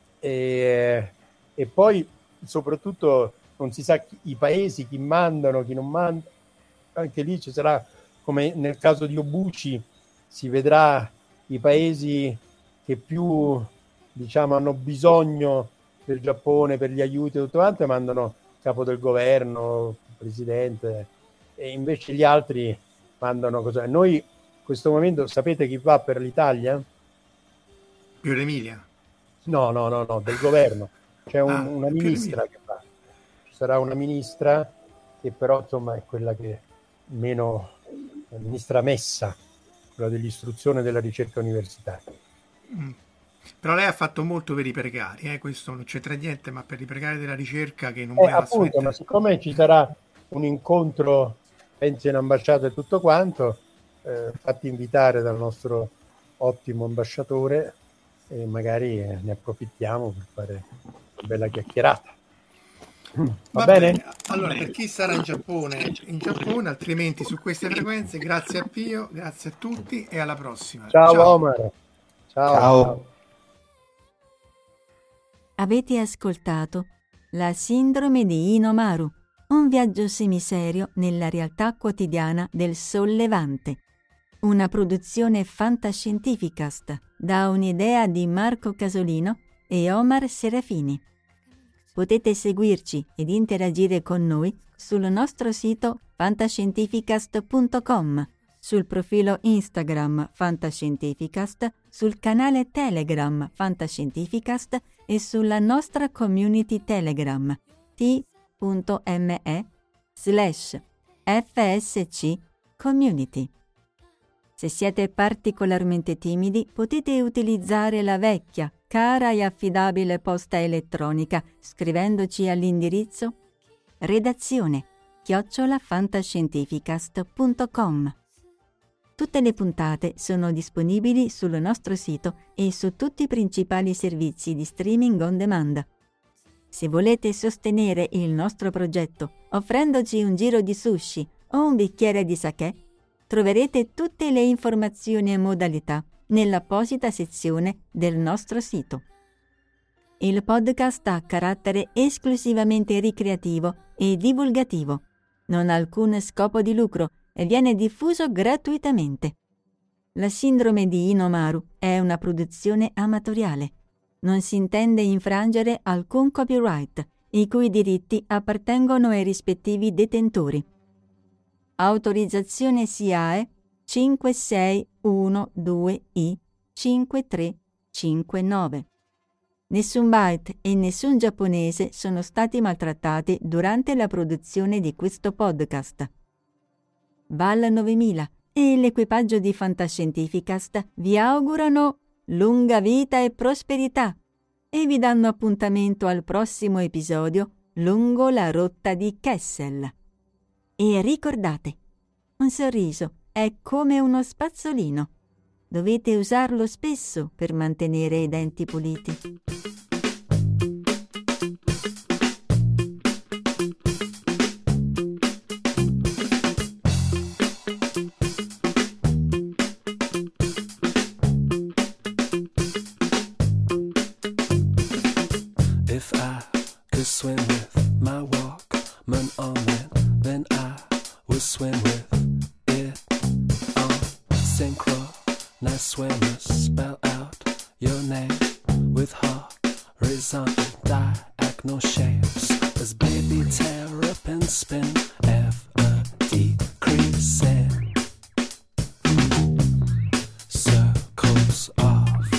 E, e poi, soprattutto, non si sa chi, i paesi, chi mandano, chi non manda. Anche lì ci sarà, come nel caso di Obuchi, si vedrà i paesi che più, diciamo, hanno bisogno del Giappone per gli aiuti e tutto quanto, mandano capo del governo, presidente, e invece gli altri mandano cosa. Noi in questo momento sapete chi va per l'Italia? Pio D'Emilia. No, no, no, no, del governo. C'è un, Ah, una Pio ministra D'Emilia. che va. Ci sarà una ministra che però insomma è quella che meno, la ministra Messa, quella dell'istruzione e della ricerca universitaria. Mm. Però lei ha fatto molto per i precari, eh? Questo non c'entra niente, ma per i precari della ricerca che non Eh, voleva appunto, assolutamente. ma siccome ci sarà un incontro, penso in ambasciata e tutto quanto, eh, fatti invitare dal nostro ottimo ambasciatore e magari eh, ne approfittiamo per fare una bella chiacchierata. Va, Va bene? bene, allora per chi sarà in Giappone, in Giappone, altrimenti su queste frequenze, grazie a Pio, grazie a tutti e alla prossima. Ciao, Ciao. Omar. Ciao. Ciao. Avete ascoltato La sindrome di Inomaru, un viaggio semiserio nella realtà quotidiana del Sollevante, una produzione fantascientificast da un'idea di Marco Casolino e Omar Serafini. Potete seguirci ed interagire con noi sul nostro sito fantascientificast punto com, sul profilo Instagram Fantascientificast, sul canale Telegram Fantascientificast e sulla nostra community Telegram t.me slash fsc community. Se siete particolarmente timidi, potete utilizzare la vecchia, cara e affidabile posta elettronica scrivendoci all'indirizzo redazione chiocciola fantascientificast punto com. Tutte le puntate sono disponibili sul nostro sito e su tutti i principali servizi di streaming on demand. Se volete sostenere il nostro progetto offrendoci un giro di sushi o un bicchiere di sake, troverete tutte le informazioni e modalità nell'apposita sezione del nostro sito. Il podcast ha carattere esclusivamente ricreativo e divulgativo. Non ha alcun scopo di lucro e viene diffuso gratuitamente. La sindrome di Inomaru è una produzione amatoriale. Non si intende infrangere alcun copyright, i cui diritti appartengono ai rispettivi detentori. Autorizzazione S I A E cinque sei uno due I cinque tre cinque nove. Nessun byte e nessun giapponese sono stati maltrattati durante la produzione di questo podcast. Val novemila e l'equipaggio di Fantascientificast vi augurano lunga vita e prosperità e vi danno appuntamento al prossimo episodio lungo la rotta di Kessel. E ricordate, un sorriso è come uno spazzolino. Dovete usarlo spesso per mantenere i denti puliti. If I could swim with my Walkman on it, then I would swim with it on synchronized swimmers. Spell out your name with horizontal diagonal shapes as baby terrapins spin ever decreasing circles of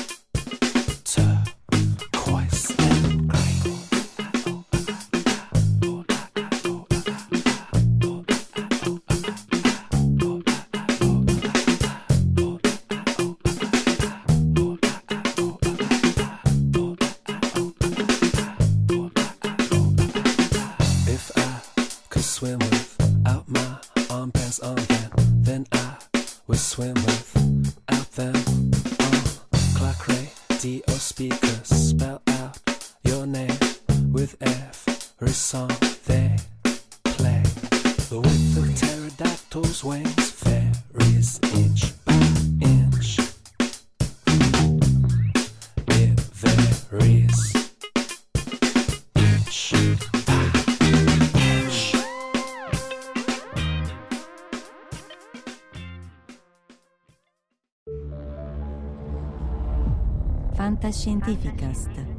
turquoise and green. If I could swim without my armbands on them, then I would swim without them on clock radio speakers. Spell out your name with every song they play. The width of pterodactyls' wings varies inch by inch. It varies inch by inch. Fantascientificast